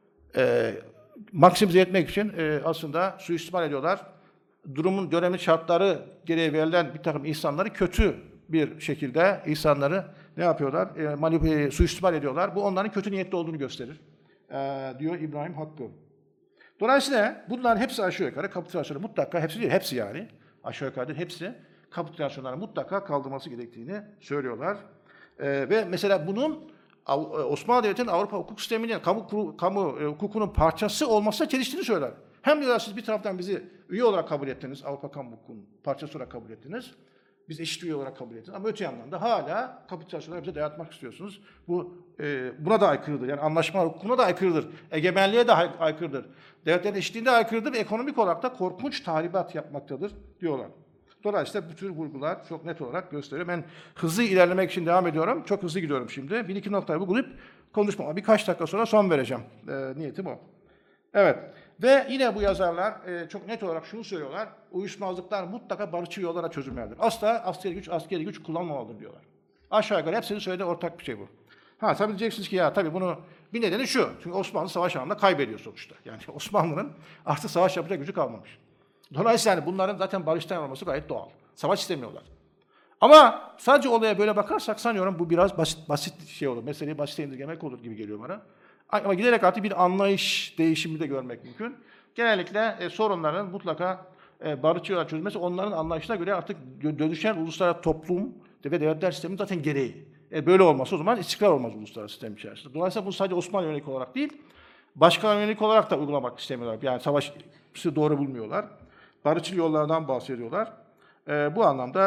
maksimize etmek için aslında suistimal ediyorlar. Dönemin şartları gereği verilen bir takım ihsanları kötü bir şekilde ihsanları ne yapıyorlar? Suistimal ediyorlar. Bu onların kötü niyetli olduğunu gösterir. Diyor İbrahim Hakkı. Dolayısıyla bunların hepsi aşağı yukarı kapitülasyonu mutlaka, hepsi değil, hepsi yani aşağı yukarı değil, hepsi kapitülasyonların mutlaka kaldırılması gerektiğini söylüyorlar. Ve mesela bunun Osmanlı Devleti'nin Avrupa hukuk sisteminin, kamu hukukunun parçası olmasına çeliştiğini söyler. Hem diyorlar siz bir taraftan bizi üye olarak kabul ettiniz, Avrupa kamu hukukunun parçası olarak kabul ettiniz. Biz eşit üye olarak kabul ettiniz. Ama öte yandan da hala kapitülasyonları bize dayatmak istiyorsunuz. Bu buna da aykırıdır. Yani anlaşma hukukuna da aykırıdır. Egemenliğe de aykırıdır. Devletlerin eşitliğine de aykırıdır ve ekonomik olarak da korkunç tahribat yapmaktadır diyorlar. Dolayısıyla bu tür vurgular çok net olarak gösteriyor. Ben hızlı ilerlemek için devam ediyorum. Çok hızlı gidiyorum şimdi. Bir iki noktayı vurgulayıp konuşmama birkaç dakika sonra son vereceğim. Niyetim o. Evet. Ve yine bu yazarlar çok net olarak şunu söylüyorlar. Uyuşmazlıklar mutlaka barışçıl yollara çözülmelidir. Asla askeri güç kullanmamalıdır diyorlar. Aşağı yukarı hepsinin söylediği ortak bir şey bu. Ha tabii diyeceksiniz ki ya tabii bunu bir nedeni şu. Çünkü Osmanlı savaş anında kaybediyor sonuçta. Yani Osmanlı'nın artık savaş yapacak gücü kalmamış. Dolayısıyla yani bunların zaten barıştan olması gayet doğal. Savaş istemiyorlar. Ama sadece olaya böyle bakarsak sanıyorum bu biraz basit şey olur. Meseleyi basite indirgemek olur gibi geliyor bana. Ama giderek artık bir anlayış değişimi de görmek mümkün. Genellikle sorunların mutlaka barışçı olarak çözülmesi onların anlayışına göre artık dönüşen uluslararası toplum ve devletler sisteminin zaten gereği. Böyle olmazsa o zaman istikrar olmaz uluslararası sistem içerisinde. Dolayısıyla bu sadece Osmanlı yönelik olarak değil, başkalarına yönelik olarak da uygulamak istemiyorlar. Yani savaşı doğru bulmuyorlar. Barışçıl yollardan bahsediyorlar. Bu anlamda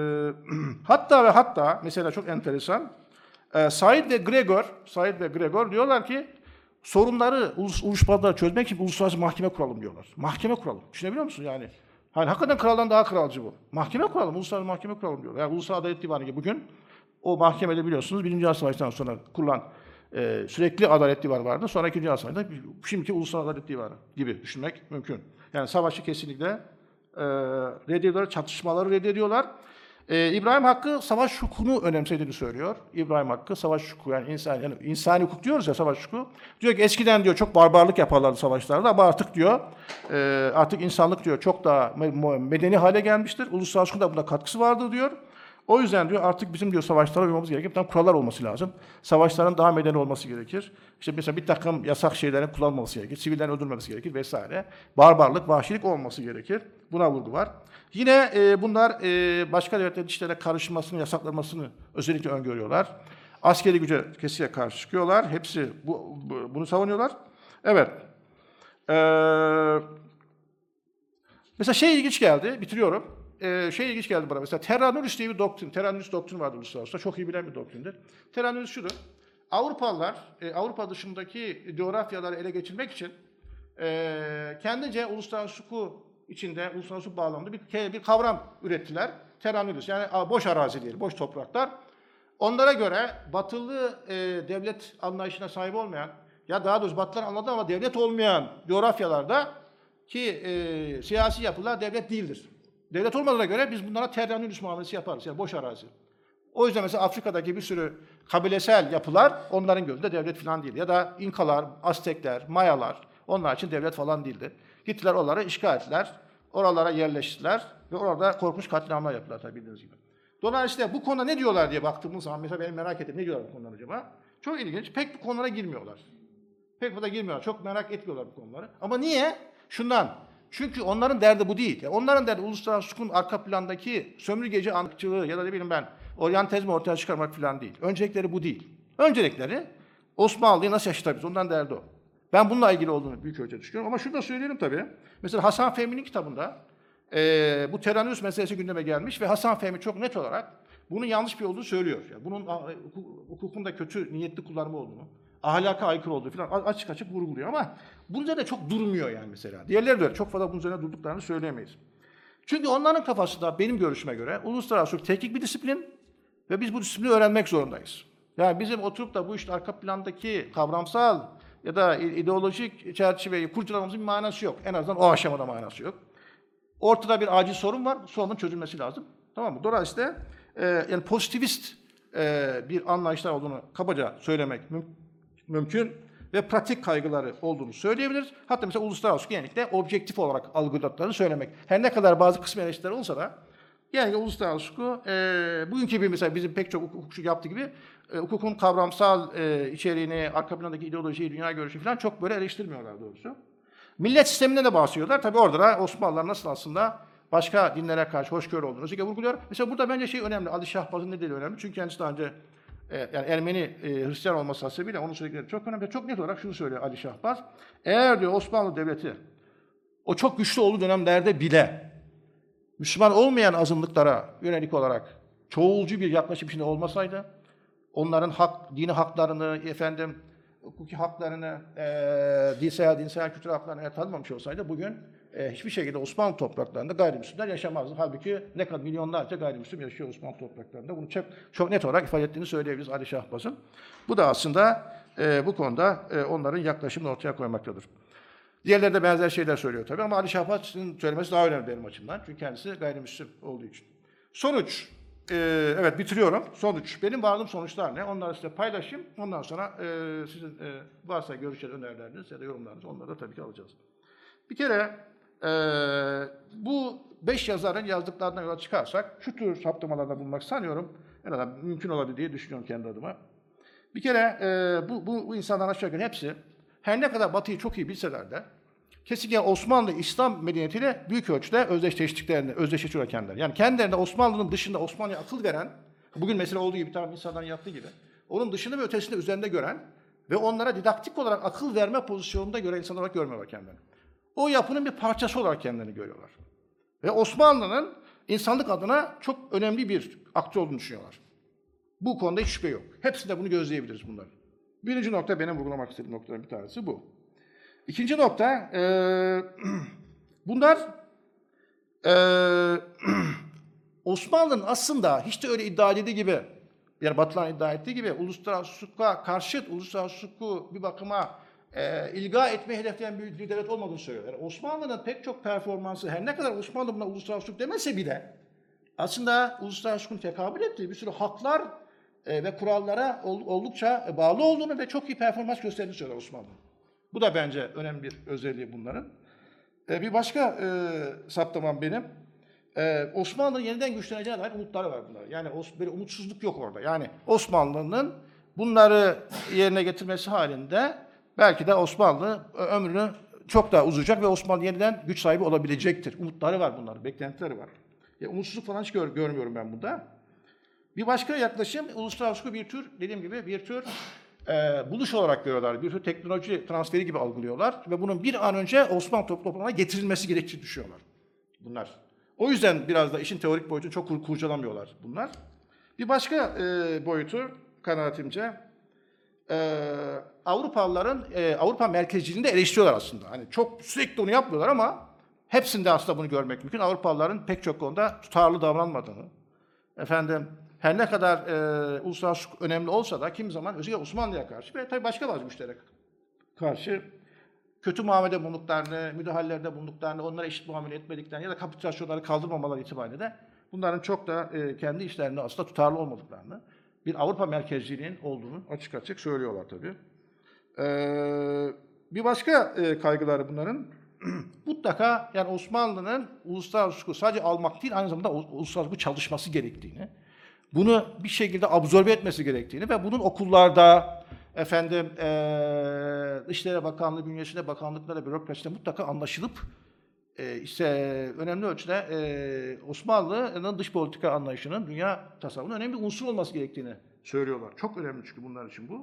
hatta mesela çok enteresan Said ve Gregor diyorlar ki sorunları, uyuşmazlıkları çözmek için uluslararası mahkeme kuralım diyorlar. Mahkeme kuralım. Düşünebiliyor musun yani? Hani hakikaten kraldan daha kralcı bu. Mahkeme kuralım, uluslararası mahkeme kuralım diyorlar. Yani Ulusal Adalet Divanı gibi bugün o mahkemede biliyorsunuz Birinci Dünya Savaşı'ndan sonra kurulan sürekli Adalet Divanı vardı. Sonra İkinci Dünya Savaşı'nda şimdiki Ulusal Adalet Divanı gibi düşünmek mümkün. Yani savaşı kesinlikle reddediyorlar, çatışmaları reddediyorlar. İbrahim Hakkı savaş hukukunu önemsediğini söylüyor. İbrahim Hakkı savaş hukuku yani insani hukuk diyoruz ya savaş hukuku. Diyor ki eskiden diyor çok barbarlık yaparlardı savaşlarda ama artık diyor artık insanlık diyor çok daha medeni hale gelmiştir. Uluslararası hukukun da buna katkısı vardır diyor. O yüzden diyor artık bizim diyor savaşlara uymamız gerekir. Bir takım kurallar olması lazım. Savaşların daha medeni olması gerekir. İşte mesela bir takım yasak şeylerin kullanılması gerekir. Sivillerin öldürülmesi gerekir vesaire. Barbarlık, vahşilik olması gerekir. Buna vurgu var. Yine bunlar başka devletlerin işlerine karışmasını, yasaklanmasını özellikle öngörüyorlar. Askeri güce kesinlikle karşı çıkıyorlar. Hepsi bunu savunuyorlar. Evet. Mesela şey ilginç geldi, bitiriyorum. İlginç geldi bana. Mesela Terranülüs diye bir doktrin, Terranülüs doktrini vardır uluslararası. Çok iyi bilen bir doktrindir. Terranülüs şudur. Avrupalılar, Avrupa dışındaki coğrafyaları ele geçirmek için kendince uluslararası hukuk içinde, uluslararası hukuk bağlamında bir kavram ürettiler. Terranülüs, yani boş arazi değil, boş topraklar. Onlara göre batılı devlet anlayışına sahip olmayan, ya daha doğrusu batılar anladı ama devlet olmayan coğrafyalarda ki siyasi yapılar devlet değildir. Devlet olmadığına göre biz bunlara terranülüs muamelesi yaparız. Yani boş arazi. O yüzden mesela Afrika'daki bir sürü kabilesel yapılar onların gözünde devlet falan değil. Ya da İnkalar, Aztekler, Mayalar onlar için devlet falan değildi. Gittiler oraları işgal ettiler. Oralara yerleştiler ve orada korkunç katliamlar yaptılar tabii bildiğiniz gibi. Dolayısıyla bu konuda ne diyorlar diye baktığımız zaman mesela benim merak ettiğim ne diyorlar bu konular acaba? Çok ilginç. Pek bu konulara girmiyorlar. Pek burada girmiyorlar. Çok merak etmiyorlar bu konuları. Ama niye? Şundan. Çünkü onların derdi bu değil. Yani onların derdi uluslararası hukukun arka plandaki sömürgeci ırkçılığı ya da ne bileyim ben oryantalizmi ortaya çıkarmak falan değil. Öncelikleri bu değil. Öncelikleri Osmanlı'yı nasıl yaşatabiliriz? Ondan derdi o. Ben bununla ilgili olduğunu büyük ölçüde düşünüyorum. Ama şunu da söyleyelim tabii. Mesela Hasan Fehmi'nin kitabında bu terannüs meselesi gündeme gelmiş ve Hasan Fehmi çok net olarak bunun yanlış bir olduğunu söylüyor. Yani bunun hukukun da kötü niyetli kullanımı olduğunu, ahlaka aykırı olduğu falan açık açık vurguluyor ama bunun üzerine çok durmuyor yani mesela. Diğerleri de öyle. Çok fazla bunun üzerine durduklarını söyleyemeyiz. Çünkü onların kafasında benim görüşüme göre uluslararası hukuk teknik bir disiplin ve biz bu disiplini öğrenmek zorundayız. Yani bizim oturup da bu işte arka plandaki kavramsal ya da ideolojik çerçeveyi kurcalamamızın bir manası yok. En azından o aşamada manası yok. Ortada bir acil sorun var. Sorunun çözülmesi lazım. Tamam mı? Dolayısıyla yani pozitivist bir anlayışlar olduğunu kabaca söylemek mümkün ve pratik kaygıları olduğunu söyleyebiliriz. Hatta mesela uluslararası genellikle objektif olarak algıladıklarını söylemek. Her ne kadar bazı kısım eleştiriler olsa da yani uluslararası hukuku bugünkü gibi mesela bizim pek çok hukukçu yaptığı gibi hukukun kavramsal içeriğini, arka plandaki ideolojiyi, dünya görüşü falan çok böyle eleştirmiyorlar doğrusu. Millet sisteminden de bahsediyorlar. Tabii orada da Osmanlılar nasıl aslında başka dinlere karşı hoşgörü olduğunu özellikle vurguluyor. Mesela burada bence şey önemli, Ali Şahbaz'ın ne dediği önemli. Çünkü kendisi daha önce yani Ermeni Hristiyan olması hasebiyle onun söyledikleri çok önemli. Çok net olarak şunu söylüyor Ali Şahbaz. Eğer diyor Osmanlı Devleti o çok güçlü olduğu dönemlerde bile Müslüman olmayan azınlıklara yönelik olarak çoğulcu bir yaklaşım içinde olmasaydı, onların dini haklarını, hukuki haklarını, dinsel kültürel haklarını eğer tanımamış olsaydı bugün hiçbir şekilde Osmanlı topraklarında gayrimüslimler yaşamazdı. Halbuki ne kadar milyonlarca gayrimüslim yaşıyor Osmanlı topraklarında. Bunu çok net olarak ifade ettiğini söyleyebiliriz Ali Şahbaz'ın. Bu da aslında bu konuda onların yaklaşımını ortaya koymaktadır. Diğerleri de benzer şeyler söylüyor tabii ama Ali Şahbaz'ın söylemesi daha önemli benim açımdan. Çünkü kendisi gayrimüslim olduğu için. Sonuç, evet bitiriyorum. Sonuç, benim vardığım sonuçlar ne? Onları size paylaşayım. Ondan sonra sizin varsa görüşler, önerileriniz ya da yorumlarınız onları da tabii ki alacağız. Bir kere bu 5 yazarın yazdıklarından yola çıkarsak şu tür saptamalarda bulunmak sanıyorum en azından mümkün olabilir diye düşünüyorum kendi adıma. Bir kere bu insanların aşağı yukarı hepsi her ne kadar Batı'yı çok iyi bilseler de kesinlikle Osmanlı İslam medeniyetiyle büyük ölçüde özdeşleşiyorlar kendileri. Yani kendilerinde Osmanlı'nın dışında Osmanlı'ya akıl veren, bugün mesela olduğu gibi bir tane insanların yaptığı gibi, onun dışında ve ötesinde üzerinde gören ve onlara didaktik olarak akıl verme pozisyonunda gören insanlar olarak görmüyorlar kendilerini. O yapının bir parçası olarak kendilerini görüyorlar. Ve Osmanlı'nın insanlık adına çok önemli bir aktör olduğunu düşünüyorlar. Bu konuda hiç şüphe yok. Hepsinde bunu gözleyebiliriz bunların. Birinci nokta benim vurgulamak istediğim noktaların bir tanesi bu. İkinci nokta, bunlar Osmanlı'nın aslında hiç de öyle iddia edildiği gibi, yani Batı'nın iddia ettiği gibi uluslararası hukuka karşıt, uluslararası hukuku bir bakıma ilga etmeyi hedefleyen bir devlet olmadığını söylüyorlar. Yani Osmanlı'nın pek çok performansı, her ne kadar Osmanlı buna uluslararası hukuk demese bile, aslında uluslararası hukukun tekabül ettiği bir sürü haklar ve kurallara oldukça bağlı olduğunu ve çok iyi performans gösterdiğini söylüyor Osmanlı. Bu da bence önemli bir özelliği bunların. Bir başka saptamam benim. Osmanlı'nın yeniden güçleneceğine dair umutları var bunlar. Yani böyle umutsuzluk yok orada. Yani Osmanlı'nın bunları yerine getirmesi halinde belki de Osmanlı ömrünü çok daha uzayacak ve Osmanlı yeniden güç sahibi olabilecektir. Umutları var bunların, beklentileri var. Umutsuzluk falan hiç görmüyorum ben burada. Bir başka yaklaşım uluslararası bir tür, dediğim gibi bir tür buluş olarak görüyorlar. Bir tür teknoloji transferi gibi algılıyorlar ve bunun bir an önce Osmanlı toplumuna getirilmesi gerektiğini düşünüyorlar bunlar. O yüzden biraz da işin teorik boyutunu çok kurcalamıyorlar bunlar. Bir başka boyutu kanaatimce Avrupalıların Avrupa merkezciliğini de eleştiriyorlar aslında. Hani çok sürekli onu yapmıyorlar ama hepsinde aslında bunu görmek mümkün. Avrupalıların pek çok konuda tutarlı davranmadığını, her ne kadar uluslararası hukuk önemli olsa da kim zaman özellikle Osmanlı'ya karşı ve tabii başka bazı güçlere karşı kötü muamelede bulunduklarını, müdahalelerde bulunduklarını, onlara eşit muamele etmediklerini ya da kapitülasyonları kaldırmamaları itibariyle de bunların çok da kendi işlerinde aslında tutarlı olmadıklarını, bir Avrupa merkezciliğinin olduğunu açık açık söylüyorlar tabii. Bir başka kaygıları bunların mutlaka yani Osmanlı'nın uluslararası hukuku sadece almak değil aynı zamanda uluslararası hukuku çalışması gerektiğini, bunu bir şekilde absorbe etmesi gerektiğini ve bunun okullarda, Dışişleri Bakanlığı bünyesinde bakanlıklara, bürokraside mutlaka anlaşılıp ise önemli ölçüde Osmanlı'nın dış politika anlayışının, dünya tasavvurunun önemli bir unsur olması gerektiğini söylüyorlar. Çok önemli çünkü bunlar için bu.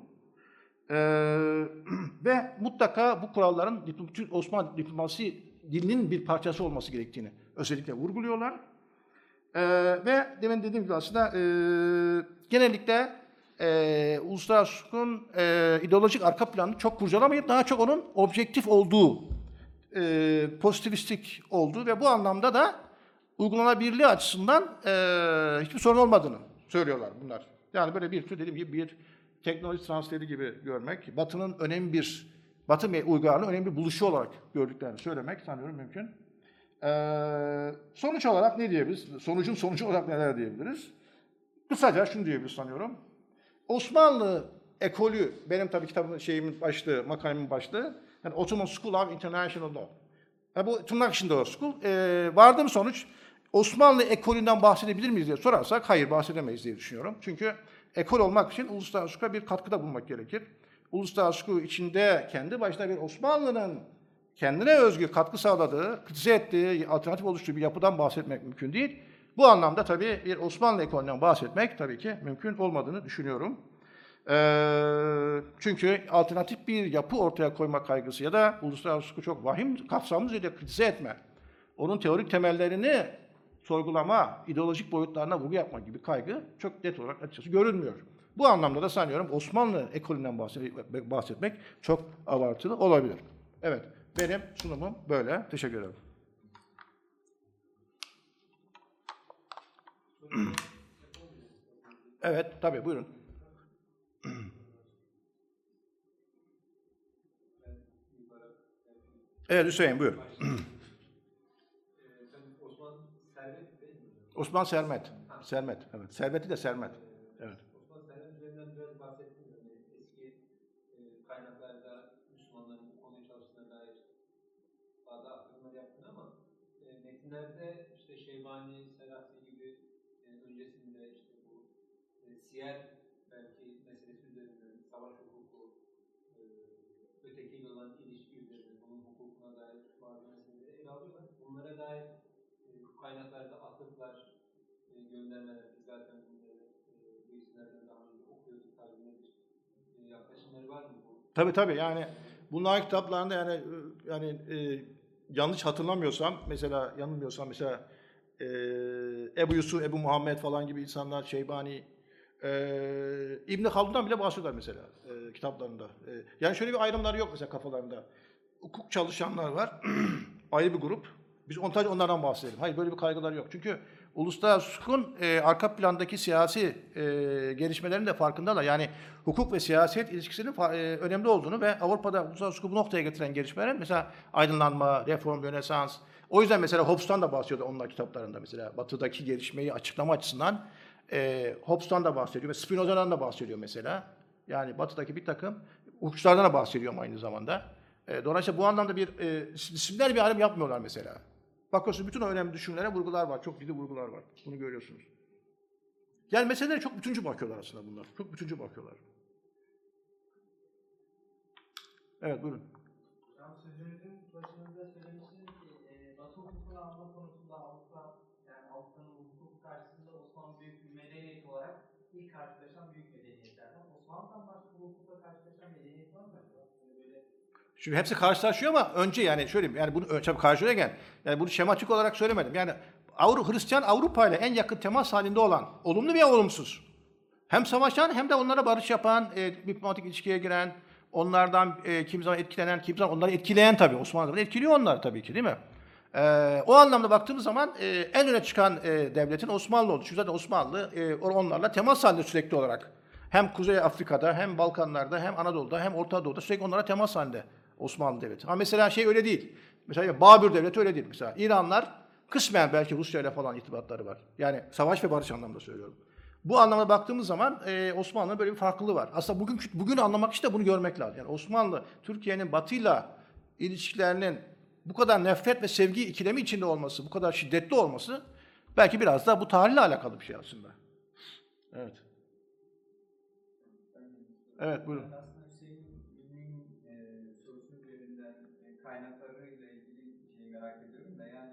Ve mutlaka bu kuralların Osmanlı diplomasi dilinin bir parçası olması gerektiğini özellikle vurguluyorlar. Ve demin dediğim gibi aslında genellikle uluslararası hukukun ideolojik arka planını çok kurcalamayıp daha çok onun objektif olduğu, pozitivistik olduğu ve bu anlamda da uygulanabilirliği açısından hiçbir sorun olmadığını söylüyorlar bunlar. Yani böyle bir tür dediğim gibi bir teknoloji transferi gibi görmek, Batı'nın önemli bir, Batı uygarlığının önemli bir buluşu olarak gördüklerini söylemek sanıyorum mümkün. Sonuç olarak ne diyebiliriz? Sonucun sonucu olarak neler diyebiliriz? Kısaca şunu diyebiliriz sanıyorum. Osmanlı ekolü, benim tabii kitabımın şeyimin başlığı, makalemin başlığı, yani Ottoman School of International Law. Yani bu tırnak içinde o school. Vardığım sonuç, Osmanlı ekolünden bahsedebilir miyiz diye sorarsak, hayır bahsedemeyiz diye düşünüyorum. Çünkü ekol olmak için uluslararası hukuka bir katkıda bulunmak gerekir. Uluslararası hukuk içinde kendi başına bir Osmanlı'nın kendine özgü katkı sağladığı, kritize ettiği, alternatif oluşturduğu bir yapıdan bahsetmek mümkün değil. Bu anlamda tabii bir Osmanlı ekolünden bahsetmek tabii ki mümkün olmadığını düşünüyorum. Çünkü alternatif bir yapı ortaya koyma kaygısı ya da uluslararası hukuku çok vahim kapsamlı düzeyde kritize etme, onun teorik temellerini sorgulama, ideolojik boyutlarına vurgu yapma gibi kaygı çok net olarak açıkçası görünmüyor. Bu anlamda da sanıyorum Osmanlı ekolünden bahsetmek çok abartılı olabilir. Evet, benim sunumum böyle. Teşekkür ederim. Evet, tabii buyurun. Evet Hüseyin buyur. Osman Servet değil mi? Osman Sermet. Sermet, evet. Serveti de Sermet. Evet. Osman Servet üzerinden biraz bahsettim. Yani eski kaynaklarda Müslümanların bu konuyu çalıştığına dair bazı aktarımlar yaptın ama metinlerde işte Şeybani, Serafi gibi öncesinde işte bu siyer belki meselesi üzerinden savaş hukuku, ötekiyle olan ilişki üzerinden bunun hukukuna dair bazı meseleleri ele alıyorlar. Bunlara dair kaynaklarda atıflar, göndermeler, biz zaten bunları bu isimlerden daha önce okuyorduk tarzında bir yaklaşımları var mı bu? Tabii yani bunların kitaplarında yani yanlış hatırlamıyorsam mesela yanılmıyorsam mesela Ebu Yusuf, Ebu Muhammed falan gibi insanlar Şeybani İbn Haldun'dan bile bahsediyorlar mesela kitaplarında. Yani şöyle bir ayrımları yok mesela kafalarında. Hukuk çalışanlar var. Ayrı bir grup. Biz onlardan bahsedelim. Hayır böyle bir kaygılar yok. Çünkü uluslararası hukukun arka plandaki siyasi gelişmelerin de farkındalar. Yani hukuk ve siyaset ilişkisinin önemli olduğunu ve Avrupa'da uluslararası hukuku bu noktaya getiren gelişmelerin mesela aydınlanma, reform, Rönesans. O yüzden mesela Hobbes'tan da bahsediyordu onlar kitaplarında mesela. Batı'daki gelişmeyi açıklama açısından Hobbes'tan da bahsediyor ve Spinoza'dan da bahsediyor mesela. Yani Batı'daki bir takım hukukçulardan da bahsediyorum aynı zamanda. Dolayısıyla bu anlamda bir disiplinler bir ayrım yapmıyorlar mesela. Bakıyorsunuz bütün o önemli düşüncelere vurgular var. Çok ciddi vurgular var. Bunu görüyorsunuz. Yani meselelere çok bütüncül bakıyorlar aslında bunlar. Çok bütüncül bakıyorlar. Evet buyurun. Hocam sözünüzün başınızda söylemiştiniz ki Batı hukukunu alma konusunda Avrupa'nın hukuku karşısında Osmanlı büyük bir medeniyet olarak ilk karşılaşan büyük medeniyetlerden. Osmanlı'dan başka bu hukukla karşılaşan medeniyet var mı acaba? Böyle Şimdi hepsi karşılaşıyor ama önce yani şöyle yani bunu tabii karşılaşırken yani bunu şematik olarak söylemedim. Yani Hristiyan Avrupa ile en yakın temas halinde olan olumlu veya olumsuz. Hem savaşan hem de onlara barış yapan, diplomatik ilişkiye giren, onlardan kim zaman etkilenen, kim zaman onları etkileyen tabii Osmanlı'da etkiliyor onlar tabii ki değil mi? O anlamda baktığımız zaman en öne çıkan devletin Osmanlı oldu. Çünkü zaten Osmanlı onlarla temas halinde sürekli olarak. Hem Kuzey Afrika'da, hem Balkanlar'da, hem Anadolu'da, hem Orta Doğu'da sürekli onlara temas halinde Osmanlı Devleti. Ha mesela şey öyle değil. Mesela Babür Devleti öyle değil mesela. İranlar kısmen belki Rusya ile falan irtibatları var. Yani savaş ve barış anlamında söylüyorum. Bu anlamda baktığımız zaman Osmanlı'nın böyle bir farklılığı var. Aslında bugün anlamak için de bunu görmek lazım. Yani Osmanlı, Türkiye'nin Batı'yla ilişkilerinin bu kadar nefret ve sevgi ikilemi içinde olması, bu kadar şiddetli olması belki biraz da bu tarihle alakalı bir şey aslında. Evet. Evet buyurun. aslında Hüseyin'in sorusu üzerinden kaynaklarıyla ilgili şeyi merak ediyorum da yani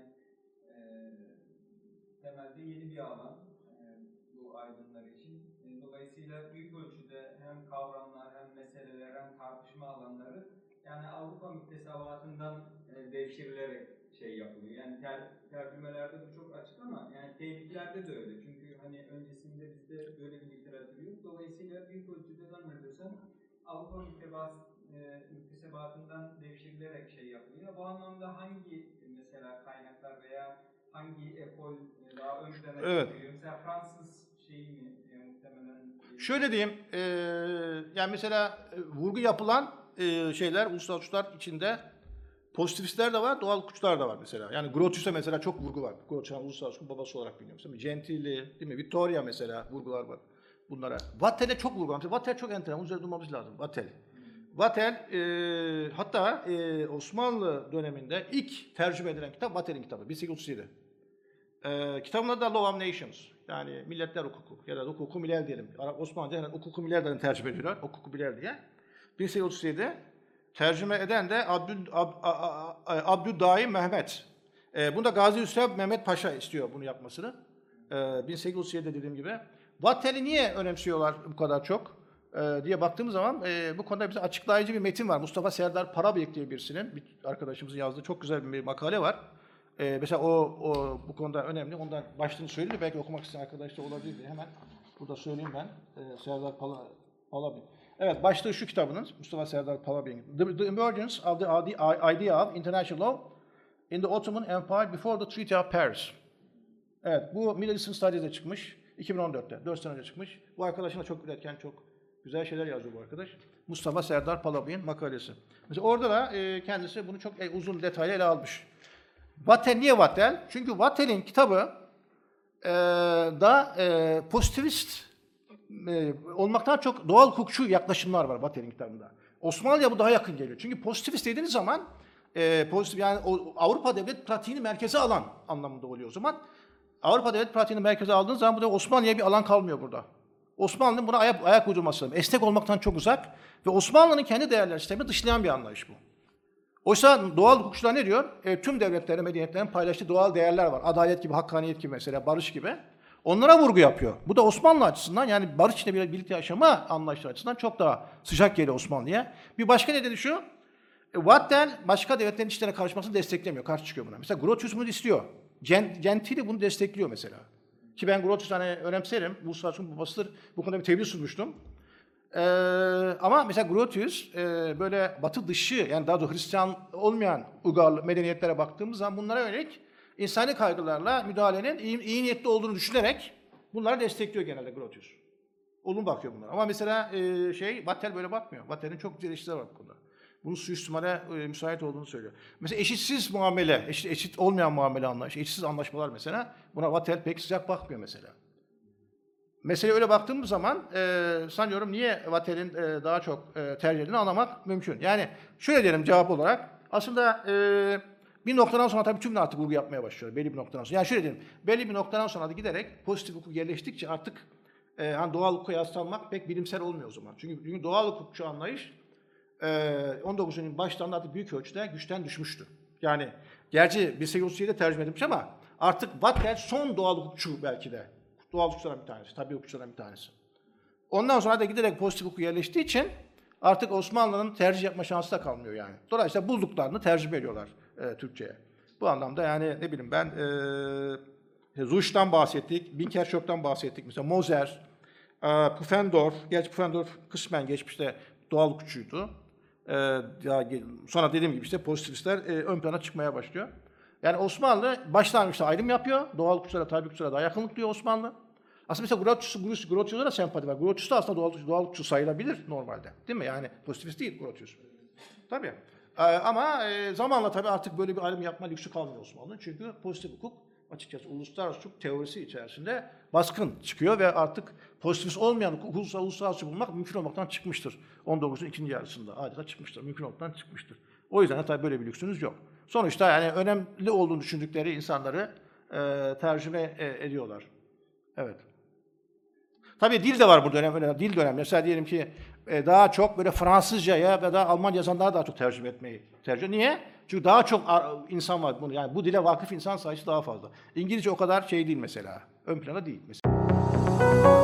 temelde yeni bir alan bu aydınlar için. Dolayısıyla büyük ölçüde hem kavramlar hem meseleler hem tartışma alanları yani Avrupa müktesebatından devşirilerek şey yapılıyor. Yani tercümelerde bu çok açık ama yani tevhitlerde de öyle. Çünkü hani öncesinde bizde böyle bir literatür yok. Dolayısıyla büyük ölçüde zannediyorsam Avrupa müktesebatından devşirilerek şey yapılıyor. Bu anlamda hangi mesela kaynaklar veya hangi ekol daha ön plana Evet. çıkıyor? Mesela Fransız şeyi mi muhtemelen? Şöyle diyeyim, yani mesela vurgu yapılan şeyler, ulusal uçlar içinde pozitivistler de var, doğal hukukçular da var mesela. Yani Grotius'a mesela çok vurgu var. Grotius'un ulusal hukukun babası olarak biliniyor. Mesela Gentili, değil mi? Vittoria mesela vurgular var bunlara. Vattel'e çok vurgu var. Mesela Vattel çok enteresan, üzerinde durmamız lazım. Vattel. Vattel, hatta Osmanlı döneminde ilk tercüme edilen kitap Vattel'in kitabı, 1837. Kitabın adı da Law of Nations. Yani milletler hukuku ya da hukuku miler diyelim. Osmanlıca yani hukuku milerden tercüme ediyorlar. Hukuku miler diye. 1837 tercüme eden de Abdüdaim Mehmet. Bunu da Gazi Hüseyin Mehmet Paşa istiyor bunu yapmasını. 1837'de dediğim gibi. Vattel'i niye önemsiyorlar bu kadar çok diye baktığımız zaman bu konuda bize açıklayıcı bir metin var. Mustafa Serdar Parabıyık diye birisinin, bir arkadaşımızın yazdığı çok güzel bir makale var. Mesela o bu konuda önemli. Ondan başlığını söyleyeyim de belki okumak isteyen arkadaşlar olabilir diye hemen burada söyleyeyim ben. Serdar Palabıyık. Evet, başlığı şu kitabının, Mustafa Serdar Palabıyık. The Emergence of the Idea of International Law in the Ottoman Empire Before the Treaty of Paris. Evet, bu Middle Eastern Studies'de çıkmış. 2014'te, 4 sene önce çıkmış. Bu arkadaşın da çok üretken, çok güzel şeyler yazıyor bu arkadaş. Mustafa Serdar Palabıyık'ın makalesi. Mesela orada da kendisi bunu çok uzun detaylı ele almış. Vattel niye Vattel? Çünkü Vattel'in kitabı da pozitivist olmaktan çok doğal hukukçu yaklaşımlar var Vattel'in kitabında. Osmanlı'ya bu daha yakın geliyor. Çünkü pozitivist dediğiniz zaman pozitif yani Avrupa devlet pratiğini merkeze alan anlamında oluyor o zaman. Avrupa devlet pratiğini merkeze aldığınız zaman burada Osmanlı'ya bir alan kalmıyor burada. Osmanlı'nın buna ayak uydurması lazım. Esnek olmaktan çok uzak ve Osmanlı'nın kendi değerler sistemini dışlayan bir anlayış bu. Oysa doğal hukukçular ne diyor? Tüm devletlerin, medeniyetlerin paylaştığı doğal değerler var. Adalet gibi, hakkaniyet gibi mesela, barış gibi. Onlara vurgu yapıyor. Bu da Osmanlı açısından yani barış içinde birlikte yaşama anlayışı açısından çok daha sıcak geliyor Osmanlı'ya. Bir başka nedeni şu, Vattel başka devletlerin işlerine karışmasını desteklemiyor, karşı çıkıyor buna. Mesela Grotius bunu istiyor. Gentili bunu destekliyor mesela. Ki ben Grotius'u hani önemserim, uluslararası babasıdır. Bu konuda bir tebliğ sunmuştum. Ama mesela Grotius böyle Batı dışı yani daha doğrusu Hristiyan olmayan uygarlı medeniyetlere baktığımız zaman bunlara yönelik insani kaygılarla müdahalenin iyi niyetli olduğunu düşünerek bunları destekliyor genelde Grotius. Olumlu bakıyor bunlara. Ama mesela Vattel böyle bakmıyor. Vattel'in çok güzel eleştirileri var bu konuda. Bunun suistimale müsait olduğunu söylüyor. Mesela eşitsiz muamele, eşit olmayan muamele anlayışı, eşitsiz anlaşmalar mesela buna Vattel pek sıcak bakmıyor mesela. Mesele öyle baktığımız zaman sanıyorum niye Vattel'in daha çok tercih edildiğini anlamak mümkün. Yani şöyle diyelim cevap olarak, aslında bir noktadan sonra tabii tümle artık vurgu yapmaya başlıyor belli bir noktadan sonra. Yani şöyle diyelim, belli bir noktadan sonra da giderek pozitif hukuk yerleştikçe artık hani doğal hukuka yaslanmak pek bilimsel olmuyor o zaman. Çünkü doğal hukukçu anlayış 19. yüzyılın başlarında artık büyük ölçüde güçten düşmüştü. Yani gerçi 1837'de tercüme edilmiş ama artık Vattel son doğal hukukçu belki de. Doğal hukukçulardan bir tanesi, tabii hukukçulardan bir tanesi. Ondan sonra da giderek pozitif hukuk yerleştiği için artık Osmanlı'nın tercih yapma şansı da kalmıyor yani. Dolayısıyla bulduklarını tercüme ediyorlar Türkçe'ye. Bu anlamda yani ne bileyim ben Zusch'tan bahsettik, Binkerschof'tan bahsettik. Mesela Moser, Pufendorf, gerçi Pufendorf kısmen geçmişte doğal hukukçuydu. Sonra dediğim gibi işte pozitivistler ön plana çıkmaya başlıyor. Yani Osmanlı başlangıçta ayrım yapıyor. Doğal hukukçulara, tabii hukukçulara daha yakınlık duyuyor Osmanlı. Aslında mesela Grotius'da da sempati var. Grotius da aslında doğal hukukçu sayılabilir normalde. Değil mi? Yani pozitivist değil Grotius. Tabii. Ama zamanla tabii artık böyle bir ayrım yapma lüksü kalmıyor Osmanlı'nın. Çünkü pozitif hukuk açıkçası uluslararası hukuk teorisi içerisinde baskın çıkıyor ve artık pozitivist olmayan hukuk uluslararası bulmak mümkün olmaktan çıkmıştır. 19'un ikinci yarısında adeta çıkmıştır. Mümkün olmaktan çıkmıştır. O yüzden de tabii böyle bir lüksünüz yok. Sonuçta yani önemli olduğunu düşündükleri insanları tercüme ediyorlar. Evet. Tabii dil de var burada önemli. Dil de önemli. Mesela diyelim ki daha çok böyle Fransızcaya ya da Almanca yazanlara daha çok tercüme etmeyi tercih. Niye? Çünkü daha çok insan var bunu. Yani bu dile vakıf insan sayısı daha fazla. İngilizce o kadar şey değil mesela. Ön plana değil mesela.